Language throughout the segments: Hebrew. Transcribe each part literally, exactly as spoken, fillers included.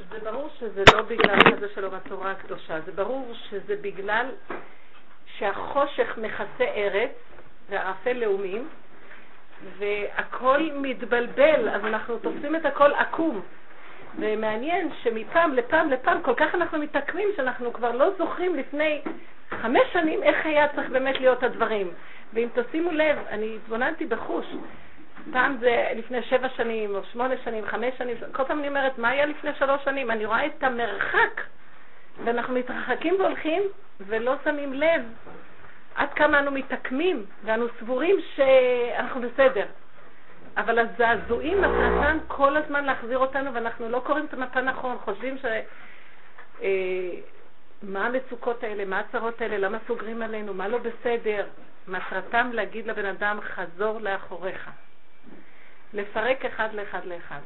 זה ברור שזה לא בגלל הזה שלו בתורה הקדושה, זה ברור שזה בגלל שהחושך מכסה ארץ וערפל לאומים, והכל מתבלבל, אז אנחנו תופסים את הכל עקום. ומעניין שמפעם לפעם לפעם כל כך אנחנו מתעכבים שאנחנו כבר לא זוכרים לפני חמש שנים איך היה צריך באמת להיות הדברים. ואם תשימו לב, אני התבוננתי בחוש, פעם זה לפני שבע שנים או שמונה שנים, חמש שנים, כל פעם אני אומרת מה היה לפני שלוש שנים, אני רואה את המרחק ואנחנו מתרחקים והולכים ולא שמים לב עד כמה אנו מתעקמים ואנו סבורים שאנחנו בסדר. אבל הזעזועים מטרתם כל הזמן להחזיר אותנו, ואנחנו לא קוראים את המפה נכון, חושבים ש... אה, מה המצוקות האלה, מה הצרות האלה, למה סוגרים עלינו, מה לא בסדר. מטרתם להגיד לבן אדם חזור לאחוריך, לפרק אחד לאחד לאחד.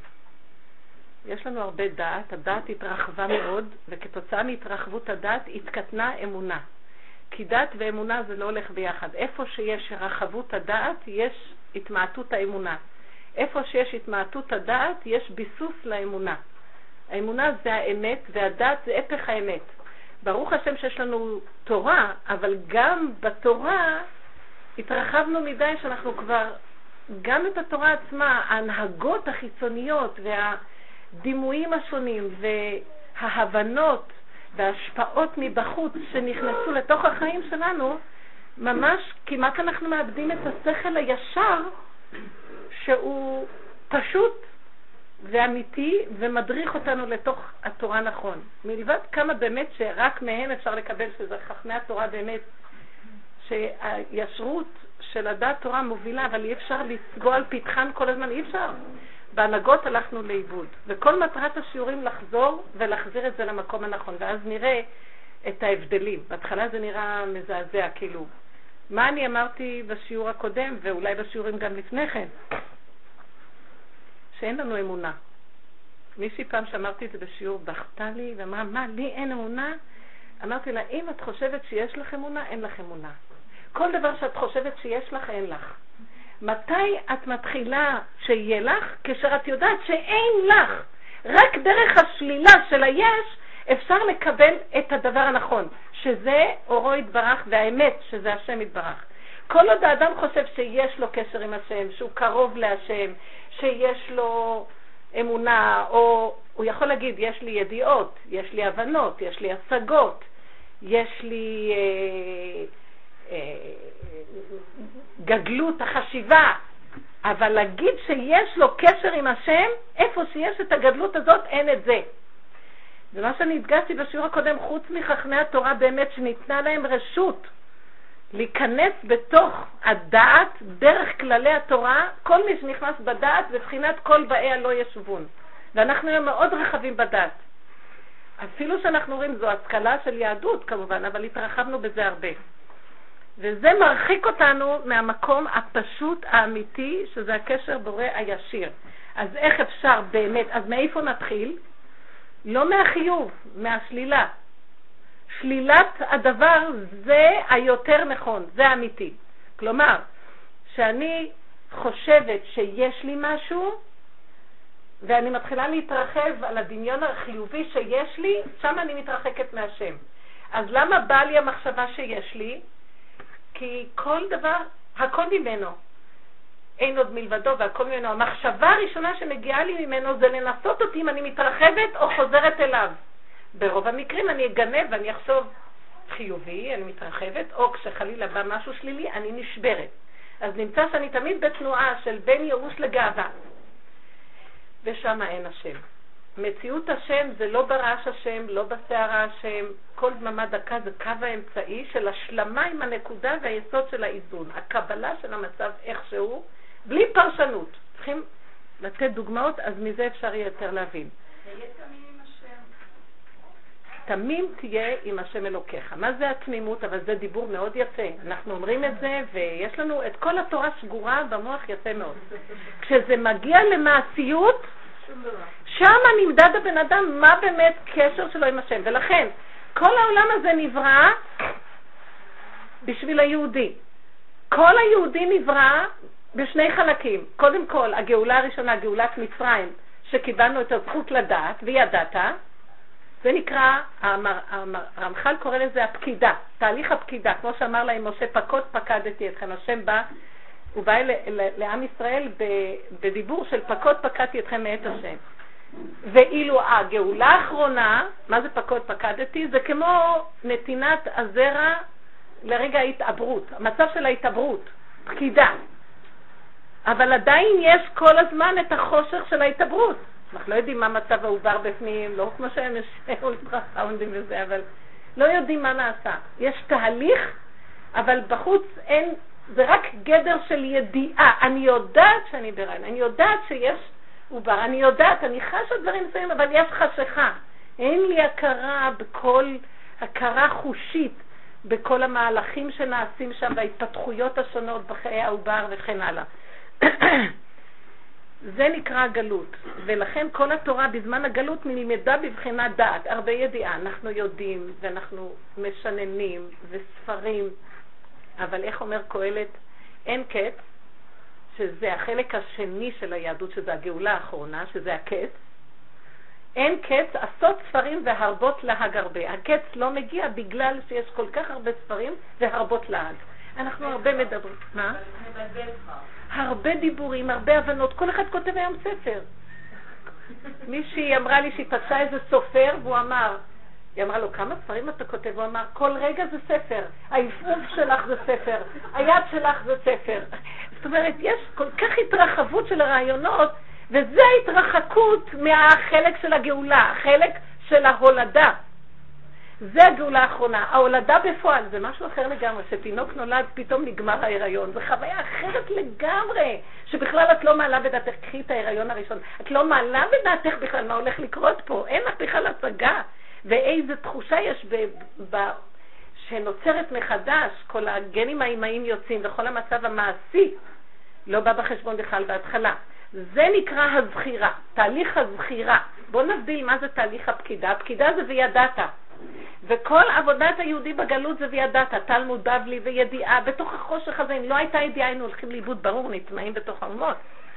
יש לנו הרבה דעת, הדעת התרחבה מאוד, וכתוצאה מהתרחבות הדעת התקטנה אמונה. כי דעת ואמונה זה לא הולך ביחד. איפה שיש רחבות הדעת יש התמעטות האמונה. איפה שיש התמעטות הדעת יש ביסוס לאמונה. האמונה זה האמת והדעת זה הפך האמת. ברוך השם שיש לנו תורה, אבל גם בתורה התרחבנו מדי שאנחנו כבר, גם את התורה עצמה, ההנהגות החיצוניות והדימויים השונים וההבנות וההשפעות מבחוץ שנכנסו לתוך החיים שלנו, ממש כמעט אנחנו מאבדים את השכל הישר שהוא פשוט ואמיתי ומדריך אותנו לתוך התורה נכון. מלבד כמה באמת שרק מהם אפשר לקבל שזה חכמי התורה באמת, שהישרות של הדעת תורה מובילה, אבל אי אפשר לסגוע על פתחן כל הזמן, אי אפשר. בהנהגות הלכנו לאיבוד, וכל מטרת השיעורים לחזור ולהחזיר את זה למקום הנכון, ואז נראה את ההבדלים. בהתחלה זה נראה מזעזע, כאילו מה אני אמרתי בשיעור הקודם ואולי בשיעורים גם לפני כן, שאין לנו אמונה. מישהי פעם שאמרתי את זה בשיעור בכתה לי ואמרה, מה, לי אין אמונה? אמרתי לה, אם את חושבת שיש לך אמונה, אין לך אמונה. כל דבר שאת חושבת שיש לך, אין לך. מתי את מתחילה שיהיה לך? כאשר את יודעת שאין לך. רק דרך השלילה של היש אפשר לקבל את הדבר הנכון, שזה אורו יתברך והאמת שזה השם יתברך. כל עוד האדם חושב שיש לו קשר עם השם, שהוא קרוב להשם, שיש לו אמונה, או הוא יכול להגיד יש לי ידיעות, יש לי הבנות, יש לי השגות, יש לי אה, אה, גדלות החשיבה, אבל להגיד שיש לו קשר עם השם, איפה שיש את הגדלות הזאת אין את זה. ומה שאני הדגשתי בשיעור הקודם, חוץ מחכמי התורה באמת שניתנה להם רשות להיכנס בתוך הדעת דרך כללי התורה, כל מי שנכנס בדעת בבחינת כל באי הלא ישובון, ואנחנו היום מאוד רחבים בדעת, אפילו שאנחנו רואים זו השכלה של יהדות כמובן, אבל התרחבנו בזה הרבה, וזה מרחיק אותנו מהמקום הפשוט האמיתי שזה הקשר בורא הישיר. אז איך אפשר באמת, אז מאיפה נתחיל? לא מהחיוב, מהשלילה. שלילת הדבר זה היותר נכון, זה האמיתי. כלומר, שאני חושבת שיש לי משהו, ואני מתחילה להתרחב על הדמיון החיובי שיש לי, שם אני מתרחקת מהשם. אז למה באה לי המחשבה שיש לי? כי כל דבר, הכל ממנו. אין עוד מלבדו והכל ממנו. המחשבה הראשונה שמגיעה לי ממנו זה לנסות אותי אם אני מתרחבת או חוזרת אליו. ברוב המקרים אני אגנב ואני אחשוב חיובי, אני מתרחבת, או כשחלילה בא משהו שלילי, אני נשברת. אז נמצא שאני תמיד בתנועה של בין ייאוש לגאווה. ושם אין השם. מציאות השם זה לא ברעש השם, לא בסערה השם, כל דממה דקה זה קו האמצעי של השלמה עם הנקודה והיסוד של האיזון, הקבלה של המצב איכשהו, בלי פרשנות. צריכים לתת דוגמאות, אז מזה אפשר יהיה יותר להבין. תהיה תמים עם השם. תמים תהיה עם השם אלוקיך. מה זה התמימות? אבל זה דיבור מאוד יפה. אנחנו אומרים את זה, ויש לנו את כל התורה סגורה במוח יפה מאוד. כשזה מגיע למעשיות, שם נמדד הבן אדם מה באמת קשר שלו עם השם. ולכן, כל העולם הזה נברא בשביל היהודי. כל היהודי נברא בשני חלקים. קודם כל, הגאולה הראשונה, גאולת מצרים, שקיבלנו את הזכות לדעת, וידעת, זה נקרא, הרמח"ל קורא לזה הפקידה, תהליך הפקידה, כמו שאמר להם משה, פקוד פקדתי אתכם, השם בא, הוא בא לעם ישראל בדיבור של פקוד פקדתי אתכם מאת השם. ואילו הגאולה האחרונה, מה זה פקוד פקדתי? זה כמו נתינת הזרע לרגע ההתעברות, המצב של ההתעברות, פקידה. אבל עדיין יש כל הזמן את החושך של ההתעברות. אנחנו לא יודעים מה מצב העובר בפנים, לא כמו שהם יש אולטרסאונדים וזה, אבל לא יודעים מה נעשה. יש תהליך, אבל בחוץ אין, זה רק גדר של ידיעה. אני יודעת שאני ברעיון, אני יודעת שיש עובר, אני יודעת, אני חשה דברים מסוימים, אבל יש חשיכה. אין לי הכרה בכל, הכרה חושית, בכל המהלכים שנעשים שם, וההתפתחויות השונות בחיי העובר וכן הלאה. זה נקרא גלות, ולכן כל התורה בזמן הגלות נלמדה בבחינת דעת, הרבה ידיעה, אנחנו יודעים ואנחנו משננים וספרים, אבל איך אומר קהלת? אין קץ, שזה החלק השני של היהדות, שזה הגאולה האחרונה, שזה הקץ. אין קץ, עשות ספרים והרבות להג הרבה. הקץ לא מגיע בגלל שיש כל כך הרבה ספרים והרבות להג. אנחנו הרבה מדברים. מה? הרבה דיבורים, הרבה הבנות, כל אחד כותב היום ספר. מישהי אמרה לי שהיא פצעה איזה סופר, והוא אמר, היא אמרה לו, כמה ספרים אתה כותב? הוא אמר, כל רגע זה ספר, העיפוף שלך זה ספר, היד שלך זה ספר. זאת אומרת, יש כל כך התרחבות של הרעיונות, וזה ההתרחקות מהחלק של הגאולה, החלק של ההולדה. זה הגאולה האחרונה. ההולדה בפועל זה משהו אחר לגמרי, שתינוק נולד פתאום נגמר ההיריון. זו חוויה אחרת לגמרי, שבכלל את לא מעלה בדעתך, קחי את ההיריון הראשון, את לא מעלה בדעתך בכלל מה הולך לקרות פה, אין לך בכלל השגה. ואיזו תחושה יש ב, ב, שנוצרת מחדש, כל הגנים האימהיים יוצאים וכל המצב המעשי לא בא בחשבון בכלל בהתחלה. זה נקרא הזכירה, תהליך הזכירה. בוא נבדיל מה זה תהליך הפקידה. הפקידה זה וידעת. וכל עבודת היהודי בגלות זה וידעת, תלמוד בבלי וידיעה. בתוך החושך הזה, אם לא הייתה ידיעה, היינו הולכים לאיבוד, ברור, נטמעים בתוך האומות.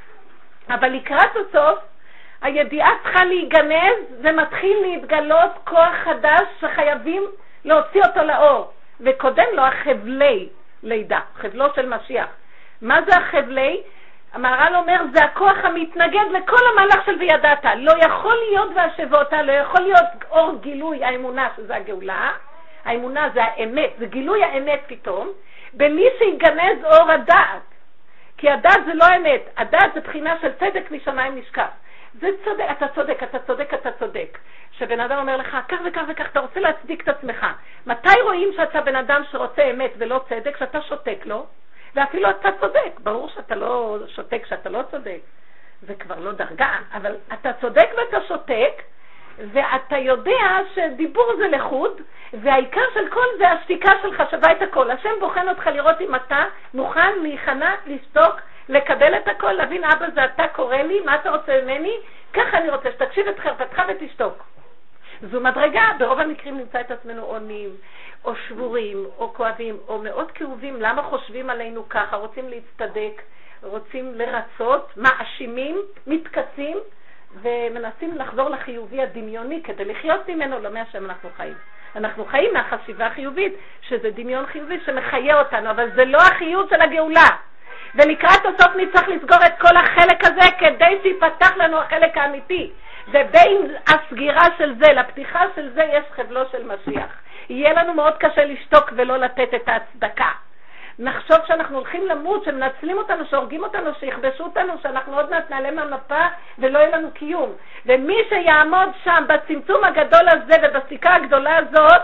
אבל לקראת הסוף, הידיעה צריכה להיגנז, ומתחיל להתגלות כוח חדש שחייבים להוציא אותו לאור. וקודם לו החבלי לידה, חבלו של משיח. מה זה החבלי? המהר"ל אומר, זה הכוח המתנגד לכל המהלך של וידעת. לא יכול להיות והשבותה, לא יכול להיות אור גילוי האמונה, שזה הגאולה. האמונה זה האמת, זה גילוי האמת פתאום, בלי שיגנז אור הדעת. כי הדעת זה לא אמת, הדעת זה בחינה של צדק משמיים נשכח. זה צודק, אתה צודק, אתה צודק, אתה צודק. שבן אדם אומר לך, כך וכך וכך, אתה רוצה להצדיק את עצמך. מתי רואים שאתה בן אדם שרוצה אמת ולא צדק, שאתה שותק לו? ואפילו אתה צודק, ברור שאתה לא שותק, שאתה לא צודק. זה כבר לא דרגה, אבל אתה צודק ואתה שותק, ואתה יודע שדיבור זה לחוד, והעיקר של כל זה השתיקה שלך שווה את הכל. השם בוחן אותך לראות אם אתה מוכן להיכנע, לשתוק, לקבל את הכל, להבין, אבא זה אתה קורא לי, מה אתה רוצה ממני? ככה אני רוצה שתקשיב את חרפתך ותשתוק. זו מדרגה, ברוב המקרים נמצא את עצמנו עונים, או שבורים, או כואבים, או מאוד כאובים. למה חושבים עלינו ככה? רוצים להצטדק, רוצים לרצות, מאשימים, מתקצים, ומנסים לחזור לחיובי הדמיוני כדי לחיות ממנו, לא מהשם אנחנו חיים. אנחנו חיים מהחשיבה החיובית, שזה דמיון חיובי שמחיה אותנו, אבל זה לא החיוב של הגאולה. ולקראת הסוף נצטרך לסגור את כל החלק הזה כדי שיפתח לנו החלק האמיתי. ובין הסגירה של זה לפתיחה של זה יש חבלו של משיח. יהיה לנו מאוד קשה לשתוק ולא לתת את ההצדקה. נחשוב שאנחנו הולכים למות, שמנצלים אותנו, שהורגים אותנו, שיכבשו אותנו, שאנחנו עוד מעט נעלה מהמפה ולא יהיה לנו קיום. ומי שיעמוד שם בצמצום הגדול הזה ובסיקה הגדולה הזאת,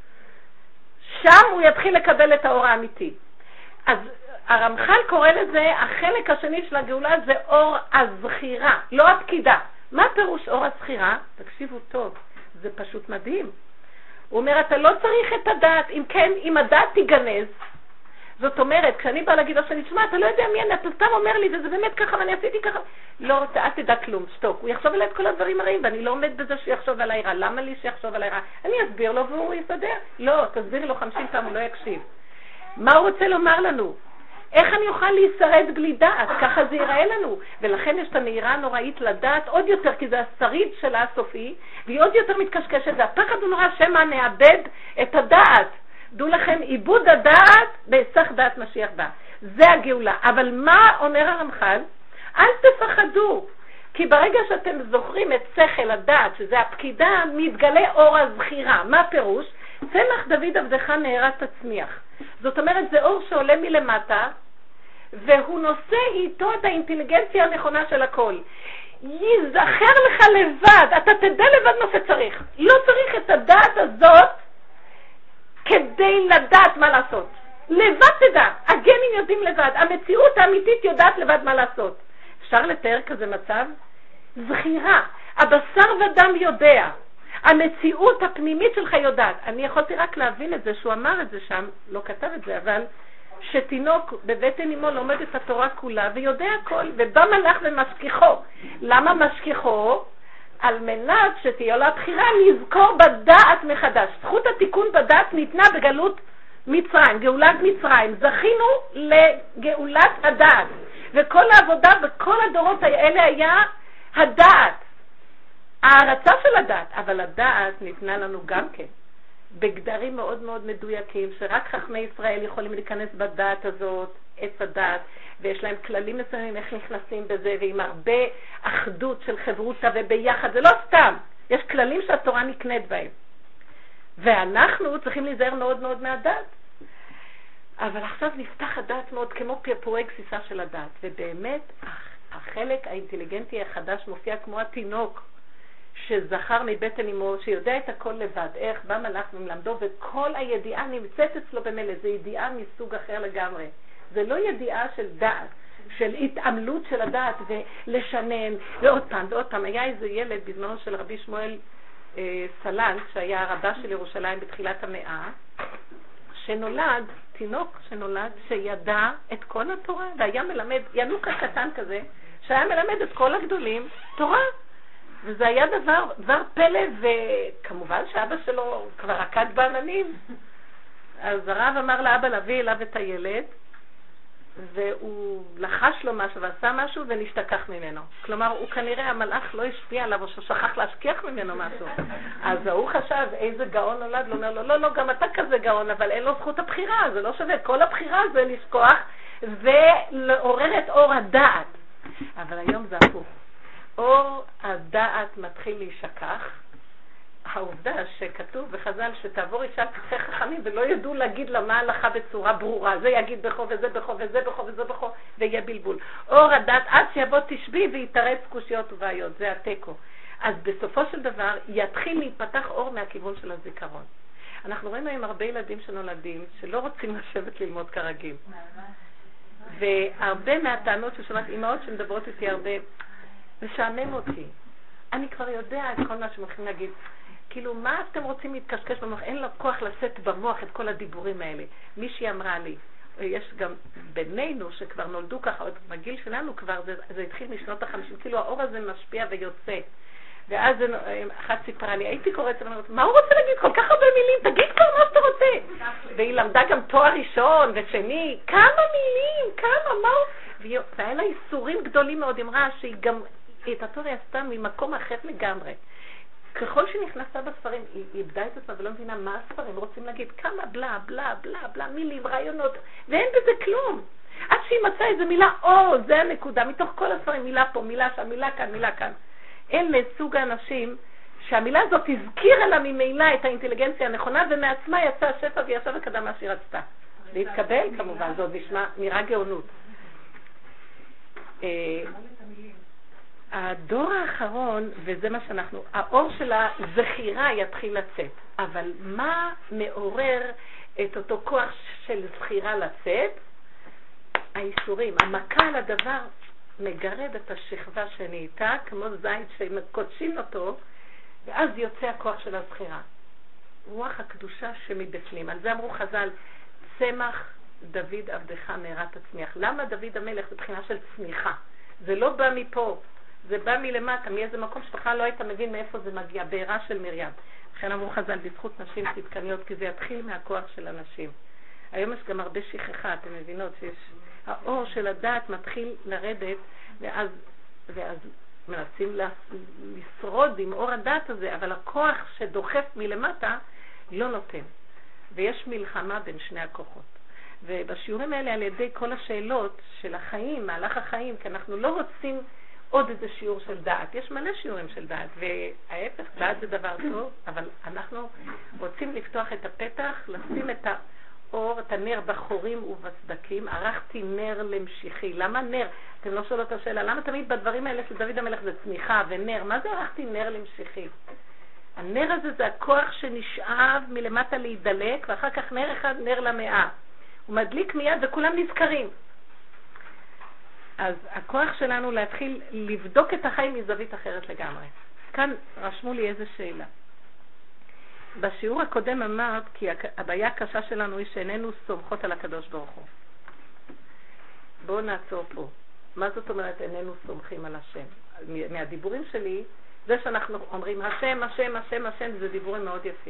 שם הוא יתחיל לקבל את האור האמיתי. אז הרמח"ל קורא לזה, החלק השני של הגאולה זה אור הזכירה, לא הפקידה. מה פירוש אור הזכירה? תקשיבו טוב, זה פשוט מדהים. הוא אומר, אתה לא צריך את הדעת, אם כן, אם הדעת תיגנז, זאת אומרת, כשאני באה להגיד לו שאני שומע, אתה לא יודע מי אני, אתה סתם אומר לי, וזה באמת ככה, ואני עשיתי ככה. לא, אל תדע כלום, שתוק. הוא יחשוב עליי את כל הדברים הרעים, ואני לא עומד בזה שהוא יחשוב עליי רע. למה לי שיחשוב עליי רע? אני אסביר לו והוא יסדר. לא, תסביר לו חמישים פעם, הוא לא יקשיב. מה הוא רוצה לומר לנו? איך אני אוכל להישרד בלי דעת? ככה זה ייראה לנו. ולכן יש את הנהירה הנוראית לדעת עוד יותר, כי זה השריד שלה הסופי, והיא עוד יותר מתקשקשת. והפחד הוא נורא שמה נאבד את הדעת. דעו לכם, עיבוד הדעת בהיסח דעת משיח בא. זה הגאולה. אבל מה אומר הרמח"ל? אל תפחדו. כי ברגע שאתם זוכרים את שכל הדעת, שזה הפקידה, מתגלה אור הזכירה. מה פירוש? צמח דוד עבדך נהרה תצמיח. זאת אומרת, זה אור שעולה מלמטה, והוא נושא איתו את האינטליגנציה הנכונה של הכל. ייזכר לך לבד, אתה תדע לבד מה שצריך. לא צריך את הדעת הזאת כדי לדעת מה לעשות. לבד תדע, הגנים יודעים לבד, המציאות האמיתית יודעת לבד מה לעשות. אפשר לתאר כזה מצב? זכירה, הבשר ודם יודע, המציאות הפנימית שלך יודעת. אני יכולתי רק להבין את זה, שהוא אמר את זה שם, לא כתב את זה, אבל שתינוק בבטן אמו לומד את התורה כולה ויודע הכל, ובא מלאך ומשכיחו. למה משכיחו? על מנת שתהיה לו הבחירה לזכור בדעת מחדש. זכות התיקון בדעת ניתנה בגלות מצרים, גאולת מצרים. זכינו לגאולת הדעת, וכל העבודה בכל הדורות האלה היה הדעת, הערצה של הדעת. אבל הדעת ניתנה לנו גם כן בגדרים מאוד מאוד מדויקים, שרק חכמי ישראל יכולים להיכנס בדעת הזאת, עץ הדעת, ויש להם כללים מסוימים איך נכנסים בזה, ועם הרבה אחדות של חברותה וביחד. זה לא סתם, יש כללים שהתורה נקנית בהם, ואנחנו צריכים להיזהר מאוד מאוד מהדעת. אבל עכשיו נפתח הדעת מאוד כמו פרפורי גסיסה של הדעת, ובאמת החלק האינטליגנטי החדש מופיע כמו התינוק שזכר מבטן אמו, שיודע את הכל לבד, איך בא מלאך ומלמדו, וכל הידיעה נמצאת אצלו במילא. זה ידיעה מסוג אחר לגמרי, זה לא ידיעה של דעת, של התעמלות של הדעת ולשנן ועוד פעם ועוד פעם. היה איזה ילד בזמנו של רבי שמואל אה, סלנט, שהיה הרבה של ירושלים בתחילת המאה, שנולד, תינוק שנולד, שידע את כל התורה, והיה מלמד, ינוק הקטן כזה, שהיה מלמד את כל הגדולים תורה. וזה היה דבר, דבר פלא, וכמובן שאבא שלו כבר רקד בעננים. אז הרב אמר לאבא להביא אליו את הילד, והוא לחש לו משהו ועשה משהו ונשתכח ממנו. כלומר, הוא כנראה, המלאך לא השפיע עליו או ששכח להשכיח ממנו משהו. אז הוא חשב איזה גאון נולד, הוא אומר לו, לא, לא, גם אתה כזה גאון, אבל אין לו זכות הבחירה, זה לא שווה. כל הבחירה זה לשכוח ולעורר את אור הדעת. אבל היום זה הפוך. אור הדעת מתחיל להישכח. העובדה שכתוב בחז"ל שתעבור אישה פתחי חכמים ולא ידעו להגיד לה מה ההלכה בצורה ברורה, זה יגיד בכו וזה בכו וזה בכו וזה בכו ויהיה בלבול. אור הדעת עד שיבוא תשבי ויתרץ קושיות ובעיות, זה הטקו. אז בסופו של דבר יתחיל להיפתח אור מהכיוון של הזיכרון. אנחנו רואים היום הרבה ילדים שנולדים שלא רוצים לשבת ללמוד כרגיל, והרבה מהטענות ששומעת אימהות שמדברות איתי הרבה, משעמם אותי, אני כבר יודע את כל מה שמוכנים להגיד, כאילו מה אתם רוצים להתקשקש במוח, אין לו כוח לשאת במוח את כל הדיבורים האלה. מישהי אמרה לי, יש גם בינינו שכבר נולדו ככה, עוד בגיל שלנו כבר, זה, זה התחיל משנות החמישים, כאילו האור הזה משפיע ויוצא. ואז אחת סיפרה לי, הייתי קוראת, מה הוא רוצה להגיד? כל כך הרבה מילים, תגיד כבר מה שאתה רוצה. והיא למדה גם תואר ראשון ושני, כמה מילים, כמה, מה הוא? והיה לה איסורים גדולים מאוד, אמרה שהיא גם, את התואר היא עשתה ממקום אחר לגמרי. ככל שנכנסה בספרים, היא איבדה את עצמה ולא מבינה מה הספרים רוצים להגיד, כמה בלה, בלה, בלה, בלה, מילים, רעיונות, ואין בזה כלום. עד שהיא מצאה איזו מילה, או, זה הנקודה, מתוך כל הספרים, מילה פה, מילה שם, מילה כאן, מילה כאן. אלה סוג האנשים שהמילה הזאת הזכירה לה ממילא את האינטליגנציה הנכונה, ומעצמה יצא השפע וישב וקדם מה שהיא רצתה. להתקבל, כמובן, זאת נשמע, נראה גאונות. הדור האחרון, וזה מה שאנחנו, האור של הזכירה יתחיל לצאת. אבל מה מעורר את אותו כוח של זכירה לצאת? האיסורים. המכה על הדבר מגרד את השכבה שנהייתה, כמו זית שמקודשים אותו, ואז יוצא הכוח של הזכירה. רוח הקדושה שמבפנים. על זה אמרו חז"ל, צמח דוד עבדך מהרה תצמיח. למה דוד המלך בבחינה של צמיחה? זה לא בא מפה. זה בא מלמטה, מאיזה מקום שבכלל לא היית מבין מאיפה זה מגיע, בעירה של מרים. לכן אמרו חז"ל, בזכות נשים צדקניות, כי זה יתחיל מהכוח של הנשים. היום יש גם הרבה שכחה, אתם מבינות שיש האור של הדעת מתחיל לרדת, ואז, ואז מנסים לשרוד עם אור הדעת הזה, אבל הכוח שדוחף מלמטה לא נותן. ויש מלחמה בין שני הכוחות. ובשיעורים האלה, על ידי כל השאלות של החיים, מהלך החיים, כי אנחנו לא רוצים עוד איזה שיעור של דעת. יש מלא שיעורים של דעת, וההפך, דעת זה דבר טוב, אבל אנחנו רוצים לפתוח את הפתח, לשים את האור, את הנר בחורים ובסדקים. ערכתי נר למשיחי. למה נר? אתם לא שואלות את השאלה, למה תמיד בדברים האלה של דוד המלך זה צמיחה ונר? מה זה ערכתי נר למשיחי? הנר הזה זה הכוח שנשאב מלמטה להידלק, ואחר כך נר אחד, נר למאה. הוא מדליק מיד וכולם נזכרים. אז הכוח שלנו להתחיל לבדוק את החיים מזווית אחרת לגמרי. כאן רשמו לי איזה שאלה. בשיעור הקודם אמרת כי הבעיה הקשה שלנו היא שאיננו סומכות על הקדוש ברוך הוא. בואו נעצור פה. מה זאת אומרת איננו סומכים על השם? מהדיבורים שלי, זה שאנחנו אומרים השם, השם, השם, השם, זה דיבורים מאוד יפים.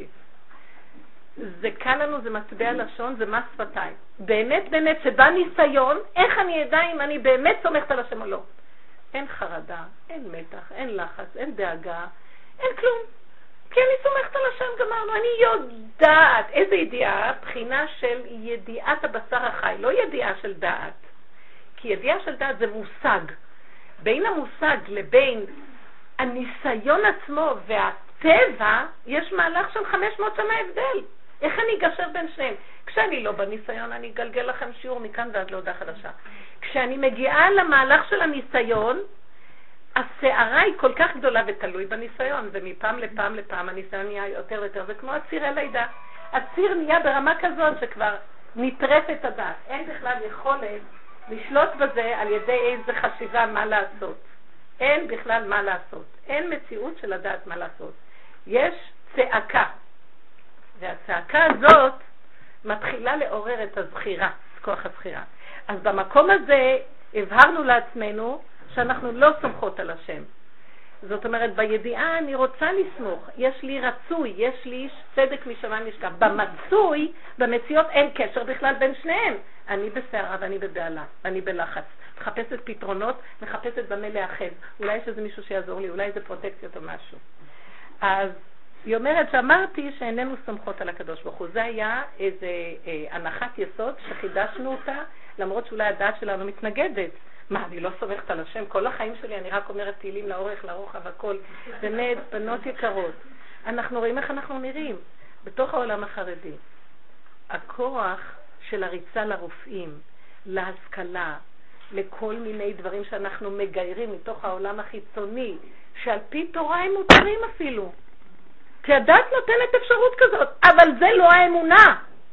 זה קל לנו, זה מטבע לשון, זה מס שפתיים. באמת, באמת, שבא ניסיון, איך אני אדע אם אני באמת סומכת על השם או לא? אין חרדה, אין מתח, אין לחץ, אין דאגה, אין כלום. כי אני סומכת על השם, גמרנו, אני יודעת. איזה ידיעה? בחינה של ידיעת הבשר החי, לא ידיעה של דעת. כי ידיעה של דעת זה מושג. בין המושג לבין הניסיון עצמו והטבע, יש מהלך של חמש מאות שנה הבדל. איך אני אגשר בין שניהם? כשאני לא בניסיון, אני אגלגל לכם שיעור מכאן ועד להודעה חדשה. כשאני מגיעה למהלך של הניסיון, השערה היא כל כך גדולה ותלוי בניסיון, ומפעם לפעם לפעם הניסיון נהיה יותר ויותר, זה כמו הציר הלידה. הציר נהיה ברמה כזאת שכבר נטרפת הדעת. אין בכלל יכולת לשלוט בזה על ידי איזה חשיבה מה לעשות. אין בכלל מה לעשות. אין מציאות של הדעת מה לעשות. יש צעקה. והצעקה הזאת מתחילה לעורר את הזכירה, את כוח הזכירה. אז במקום הזה הבהרנו לעצמנו שאנחנו לא סומכות על השם. זאת אומרת, בידיעה אני רוצה לסמוך. יש לי רצוי, יש לי צדק משמיים נשכח. במצוי, במציאות אין קשר בכלל בין שניהם. אני בסערה ואני בבעלה, ואני בלחץ. מחפשת פתרונות, מחפשת במה לאחז. אולי יש איזה מישהו שיעזור לי, אולי איזה פרוטקציות או משהו. אז היא אומרת שאמרתי שאיננו סומכות על הקדוש ברוך הוא. זה היה איזה אה, הנחת יסוד שחידשנו אותה, למרות שאולי הדעת שלנו מתנגדת. מה, אני לא סומכת על השם? כל החיים שלי אני רק אומרת תהילים לאורך, לרוחב, הכל. באמת, בנות יקרות. אנחנו רואים איך אנחנו נראים. בתוך העולם החרדי, הכוח של הריצה לרופאים, להשכלה, לכל מיני דברים שאנחנו מגיירים מתוך העולם החיצוני, שעל פי תורה הם מותרים אפילו. כי הדת נותנת אפשרות כזאת, אבל זה לא האמונה.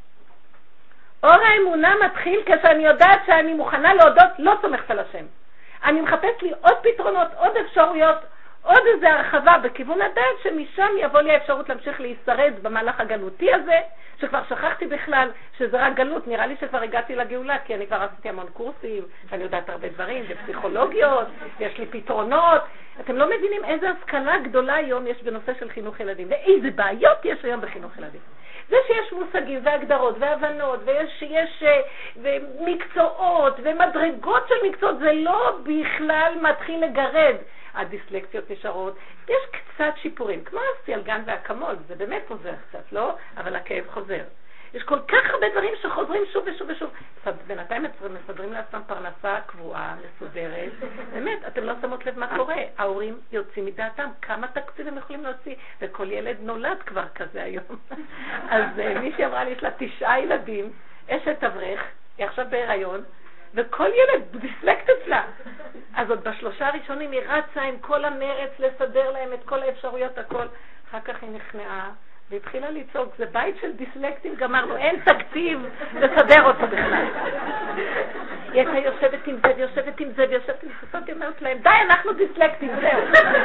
אור האמונה מתחיל כשאני יודעת שאני מוכנה להודות, לא סומכת על השם. אני מחפש לי עוד פתרונות, עוד אפשרויות, עוד איזו הרחבה בכיוון הדעת, שמשם יבוא לי האפשרות להמשיך להישרד במהלך הגלותי הזה, שכבר שכחתי בכלל שזה רק גלות. נראה לי שכבר הגעתי לגאולה, כי אני כבר עשיתי המון קורסים, ואני יודעת הרבה דברים, ופסיכולוגיות, יש לי פתרונות. אתם לא מבינים איזה השכלה גדולה היום יש בנושא של חינוך ילדים, ואיזה בעיות יש היום בחינוך ילדים. זה שיש מושגים והגדרות והבנות ויש יש, ומקצועות ומדרגות של מקצועות, זה לא בכלל מתחיל לגרד. הדיסלקציות נשארות, יש קצת שיפורים, כמו הסילגן והקמול, זה באמת חוזר קצת, לא? אבל הכאב חוזר. יש כל כך הרבה דברים שחוזרים שוב ושוב ושוב. בינתיים מסדרים לעצמם פרנסה קבועה, מסודרת. באמת, אתם לא שמות לב מה קורה. ההורים יוצאים מדעתם, כמה תקציב הם יכולים להוציא, וכל ילד נולד כבר כזה היום. אז מישהי אמרה לי, יש לה תשעה ילדים, אשת אברך, היא עכשיו בהיריון, וכל ילד דיסלקט אצלה. אז עוד בשלושה הראשונים היא רצה עם כל המרץ לסדר להם את כל האפשרויות, הכל. אחר כך היא נכנעה והתחילה לצעוק, זה בית של דיסלקטים, גמרנו, אין תקציב לסדר אותו בכלל. היא הייתה יושבת עם זה ויושבת עם זה ויושבת עם זה, היא אומרת להם, די, אנחנו דיסלקטים, זהו.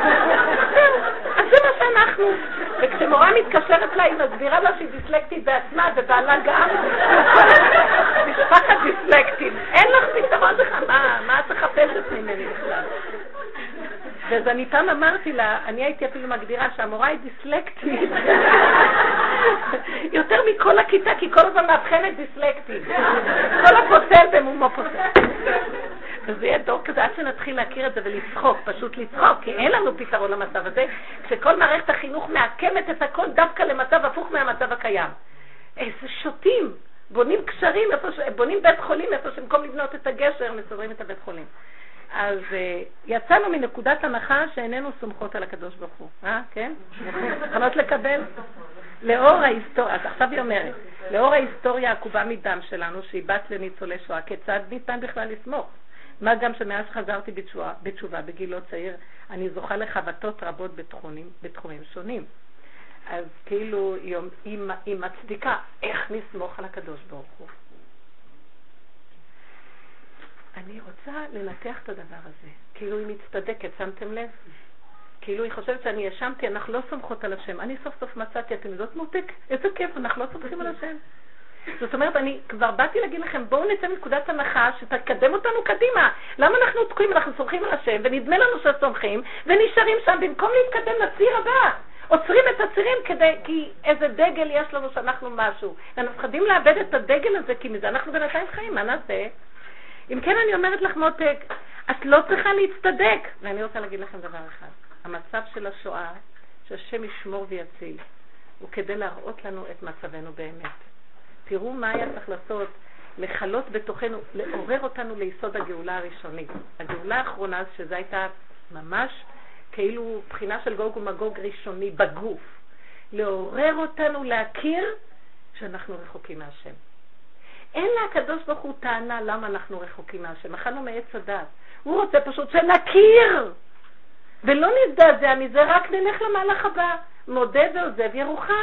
אז זה מה שאנחנו. וכשמורה מתקשרת לה, היא מסבירה לה שהיא דיסלקטית בעצמה, ובעלה גם. משפחת דיסלקטים. אין לך פתרון בכלל, מה את מחפשת ממני בכלל? אז אני פעם אמרתי לה, אני הייתי אפילו מגדירה שהמורה היא דיסלקטית. יותר מכל הכיתה, כי כל הזמן מאבחנת דיסלקטית. כל הפוסל במומו פוסל. וזה יהיה דור כזה עד שנתחיל להכיר את זה ולצחוק, פשוט לצחוק, כי אין לנו פתרון למצב הזה, כשכל מערכת החינוך מעקמת את הכל דווקא למצב הפוך מהמצב הקיים. איזה שוטים, בונים קשרים, איפה ש... בונים בית חולים, איפה שמקום לבנות את הגשר, מסודרים את הבית חולים. אז uh, יצאנו מנקודת הנחה שאיננו סומכות על הקדוש ברוך הוא. אה, כן? יכולות לקבל? לאור ההיסטוריה, אז עכשיו היא אומרת, לאור ההיסטוריה העקובה מדם שלנו, שהיא בת לניצולי שואה, כיצד ניתן בכלל לסמוך? מה גם שמאז חזרתי בתשובה, בתשובה בגיל לא צעיר, אני זוכה לחבטות רבות בתחומים, בתחומים שונים. אז כאילו היא, היא, היא מצדיקה איך נסמוך על הקדוש ברוך הוא. אני רוצה לנתח את הדבר הזה. כאילו היא מצטדקת, שמתם לב? כאילו היא חושבת שאני ישמתי, אנחנו לא סומכות על השם. אני סוף סוף מצאתי, אתם יודעות מותק? איזה כיף, אנחנו לא סומכים על השם. זאת אומרת, אני כבר באתי להגיד לכם, בואו נצא מנקודת הנחה שתקדם אותנו קדימה. למה אנחנו תקועים? אנחנו סומכים על השם, ונדמה לנו שסומכים, ונשארים שם במקום להתקדם לציר הבא. עוצרים את הצירים כדי, כי איזה דגל יש לנו שאנחנו משהו. ואנחנו חייבים לאבד את הדגל הזה, כי מזה אנחנו בינתיים חיים, מה נעשה? אם כן אני אומרת לך מותק, את לא צריכה להצטדק. ואני רוצה להגיד לכם דבר אחד. המצב של השואה, שהשם ישמור ויציל, הוא כדי להראות לנו את מצבנו באמת. תראו מה היה צריך לעשות, לחלות בתוכנו, לעורר אותנו ליסוד הגאולה הראשונית. הגאולה האחרונה, שזו הייתה ממש כאילו בחינה של גוג ומגוג ראשוני בגוף. לעורר אותנו להכיר שאנחנו רחוקים מהשם. אין לה הקדוש ברוך הוא טענה למה אנחנו רחוקים מהשם. אכלנו מעץ הדת. הוא רוצה פשוט שנכיר. ולא נזדעזע מזה, רק נלך למהלך הבא. מודה ועוזב ירוחם.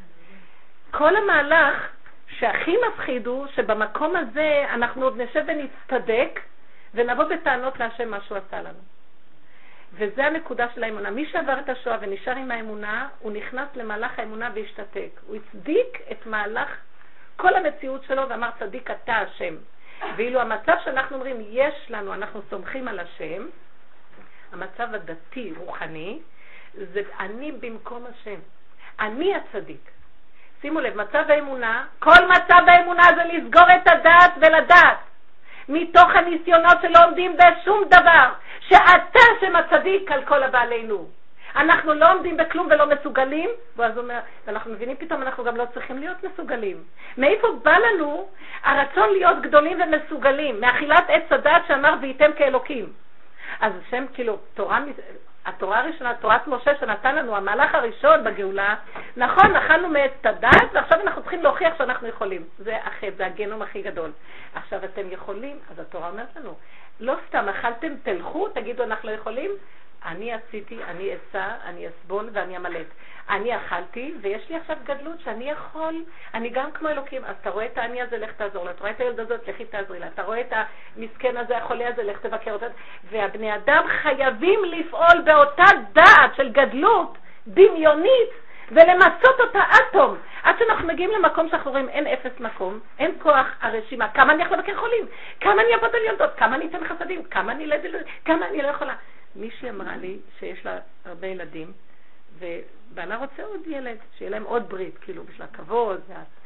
כל המהלך שהכי מפחיד הוא שבמקום הזה אנחנו עוד נשב ונצטדק ונבוא בטענות להשם מה שהוא עשה לנו. וזה הנקודה של האמונה. מי שעבר את השואה ונשאר עם האמונה, הוא נכנס למהלך האמונה והשתתק. הוא הצדיק את מהלך כל המציאות שלו ואמר צדיק אתה השם. ואילו המצב שאנחנו אומרים יש לנו, אנחנו סומכים על השם, המצב הדתי רוחני, זה אני במקום השם. אני הצדיק. שימו לב, מצב האמונה, כל מצב האמונה זה לסגור את הדעת ולדעת. מתוך הניסיונות שלא עומדים בשום דבר, שאתה שמצדיק על כל הבעלינו. אנחנו לא עומדים בכלום ולא מסוגלים, ואז הוא אומר, ואנחנו מבינים פתאום אנחנו גם לא צריכים להיות מסוגלים. מאיפה בא לנו הרצון להיות גדולים ומסוגלים? מאכילת עץ הדעת שאמר וייתם כאלוקים. אז השם כאילו, תורה, התורה הראשונה, תורת משה שנתן לנו, המהלך הראשון בגאולה, נכון, נחלנו מעץ הדעת, ועכשיו אנחנו צריכים להוכיח שאנחנו יכולים. זה החטא, זה הגנום הכי גדול. עכשיו אתם יכולים, אז התורה אומרת לנו, לא סתם אכלתם, תלכו, תגידו אנחנו לא יכולים, אני עשיתי, אני אסע, אני אסבול ואני אמלט. אני אכלתי ויש לי עכשיו גדלות שאני יכול, אני גם כמו אלוקים. אז אתה רואה את העני הזה, לך תעזור לה. אתה רואה את הילד הזאת, לכי תעזרי לה. אתה רואה את המסכן הזה, החולה הזה, לך תבקר אותה. והבני אדם חייבים לפעול באותה דעת של גדלות דמיונית ולמצות אותה אטום. עד שאנחנו מגיעים למקום שאנחנו רואים אין אפס מקום, אין כוח הרשימה. כמה אני יכול לבקר חולים? כמה אני אעבוד על ילדות? כמה אני אתן חסדים? כמה אני לד... כמה אני לא יכולה? מישהי אמרה לי שיש לה הרבה ילדים, ובעלה רוצה עוד ילד, שיהיה להם עוד ברית, כאילו בשביל הכבוד.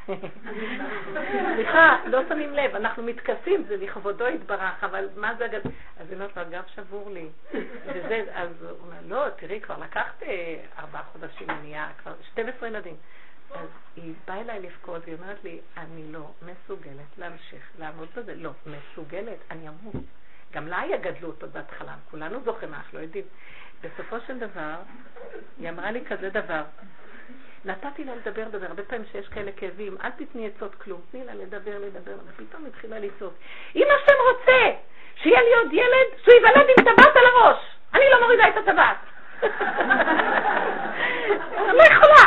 סליחה, לא שמים לב, אנחנו מתכסים, זה לכבודו יתברך, אבל מה זה הגד... אז היא אומרת לו, הגב שבור לי. וזה, אז הוא אומר, לא, תראי, כבר לקחת ארבעה חודשים, נהיה כבר שתים עשרה ילדים. אז היא באה אליי לפקוד, והיא אומרת לי, אני לא מסוגלת להמשיך לעמוד בזה. לא, מסוגלת, אני אמות. גם לה היה גדלות עוד בהתחלה, כולנו זוכרים, אנחנו לא יודעים. בסופו של דבר, היא אמרה לי כזה דבר, נתתי לה לדבר, לדבר, הרבה פעמים שיש כאלה כאבים, אל תתני עצות כלום, תני לה לדבר, לדבר, ופתאום התחילה לצעוק. אם השם רוצה שיהיה לי עוד ילד, שהוא ייוולד עם טבעת על הראש, אני לא מורידה את הטבעת. אני לא יכולה.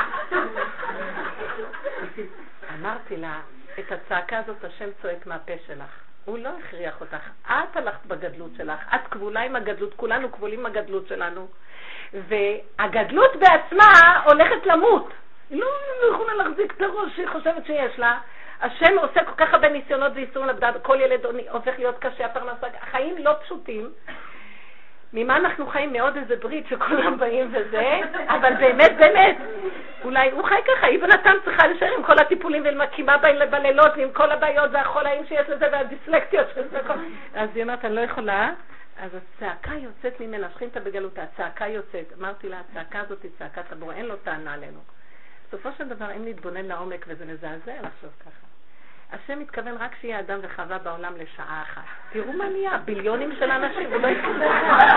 אמרתי לה, את הצעקה הזאת השם צועק מהפה שלך. הוא לא הכריח אותך. את הלכת בגדלות שלך. את כבולה עם הגדלות. כולנו כבולים עם הגדלות שלנו. והגדלות בעצמה הולכת למות. היא לא יכולה להחזיק את הראש שהיא חושבת שיש לה. השם עושה כל כך הרבה ניסיונות ואיסורים לדעת. כל ילד הופך להיות קשה. הפרנסה. החיים לא פשוטים. ממה אנחנו חיים מאוד איזה ברית שכולם באים וזה. אבל באמת, באמת. אולי הוא חי ככה, היא בנתם צריכה להישאר עם כל הטיפולים ולמקימה בלילות ועם כל הבעיות והחולאים שיש לזה והדיסלקציות של זה. אז היא אומרת, אני לא יכולה. אז הצעקה יוצאת ממנה, שכין את בגלות, הצעקה יוצאת. אמרתי לה, הצעקה הזאת היא צעקת הבור, אין לו טענה עלינו. בסופו של דבר, אם נתבונן לעומק וזה מזעזע לחשוב ככה. השם מתכוון רק שיהיה אדם וחווה בעולם לשעה אחת. תראו מה נהיה, ביליונים של אנשים, הוא לא יתכוון.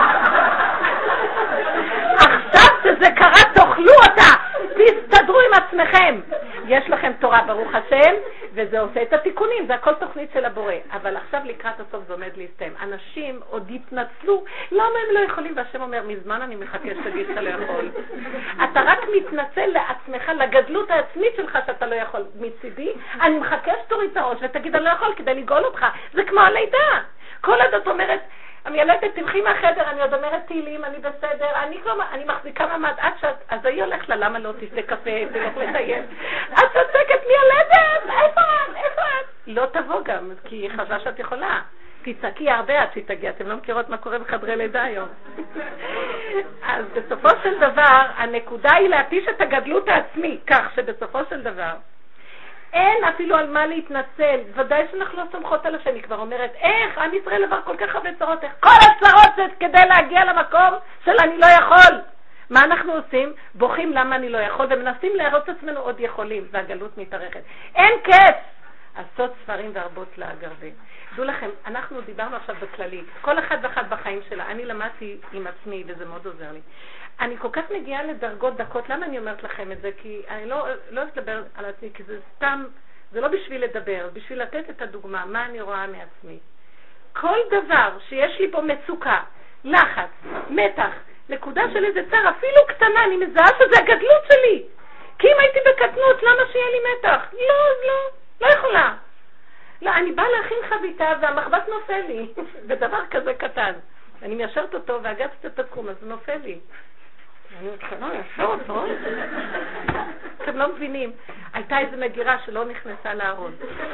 עכשיו שזה קרה, תאכלו אותה, תסתדרו עם עצמכם. יש לכם תורה ברוך השם, וזה עושה את התיקונים, זה הכל תוכנית של הבורא. אבל עכשיו לקראת הסוף זה עומד להסתיים. אנשים עוד יתנצלו, למה הם לא יכולים? והשם אומר, מזמן אני מחכה שתגיד שאתה לא יכול. אתה רק מתנצל לעצמך, לגדלות העצמית שלך שאתה לא יכול. מצידי, אני מחכה שתוריד את הראש ותגיד, אני לא יכול כדי לגאול אותך. זה כמו הלידה. כל עד את אומרת, המילדת, תלכי מהחדר, אני עוד אומרת תהילים, אני בסדר, אני, כבר, אני מחזיקה ממד, עד שאת, אז היא הולכת לה, למה לא תשתה קפה, תלך לטייל? את צודקת, מילדת, איפה את, איפה את? לא תבוא גם, כי היא חשבה שאת יכולה. תצעקי הרבה עד שהיא תגיע, אתם לא מכירות מה קורה בחדרי לידה היום. אז בסופו של דבר, הנקודה היא להפיש את הגדלות העצמי, כך שבסופו של דבר, אין אפילו על מה להתנצל, ודאי שאנחנו לא סומכות על השם, היא כבר אומרת, איך, עם ישראל עבר כל כך הרבה צרות, איך כל הצרות זה כדי להגיע למקום של אני לא יכול. מה אנחנו עושים? בוכים למה אני לא יכול, ומנסים להראות עצמנו עוד יכולים, והגלות מתארכת. אין כיף! עשות ספרים והרבות להגרבה. דעו לכם, אנחנו דיברנו עכשיו בכללי, כל אחד ואחד בחיים שלה, אני למדתי עם עצמי וזה מאוד עוזר לי. אני כל כך מגיעה לדרגות דקות, למה אני אומרת לכם את זה? כי אני לא, לא אדבר על עצמי, כי זה סתם, זה לא בשביל לדבר, בשביל לתת את הדוגמה, מה אני רואה מעצמי. כל דבר שיש לי בו מצוקה, לחץ, מתח, נקודה של איזה צר, אפילו קטנה, אני מזהה שזה הגדלות שלי. כי אם הייתי בקטנות, למה שיהיה לי מתח? לא, לא, לא יכולה. לא, אני באה להכין חביתה והמחבת נופל לי, בדבר כזה קטן. אני מיישרת אותו והגצת את התחום, אז הוא נופל לי. אני מתחילה ליישר אותו. אתם לא מבינים. הייתה איזו מגירה שלא נכנסה לארון.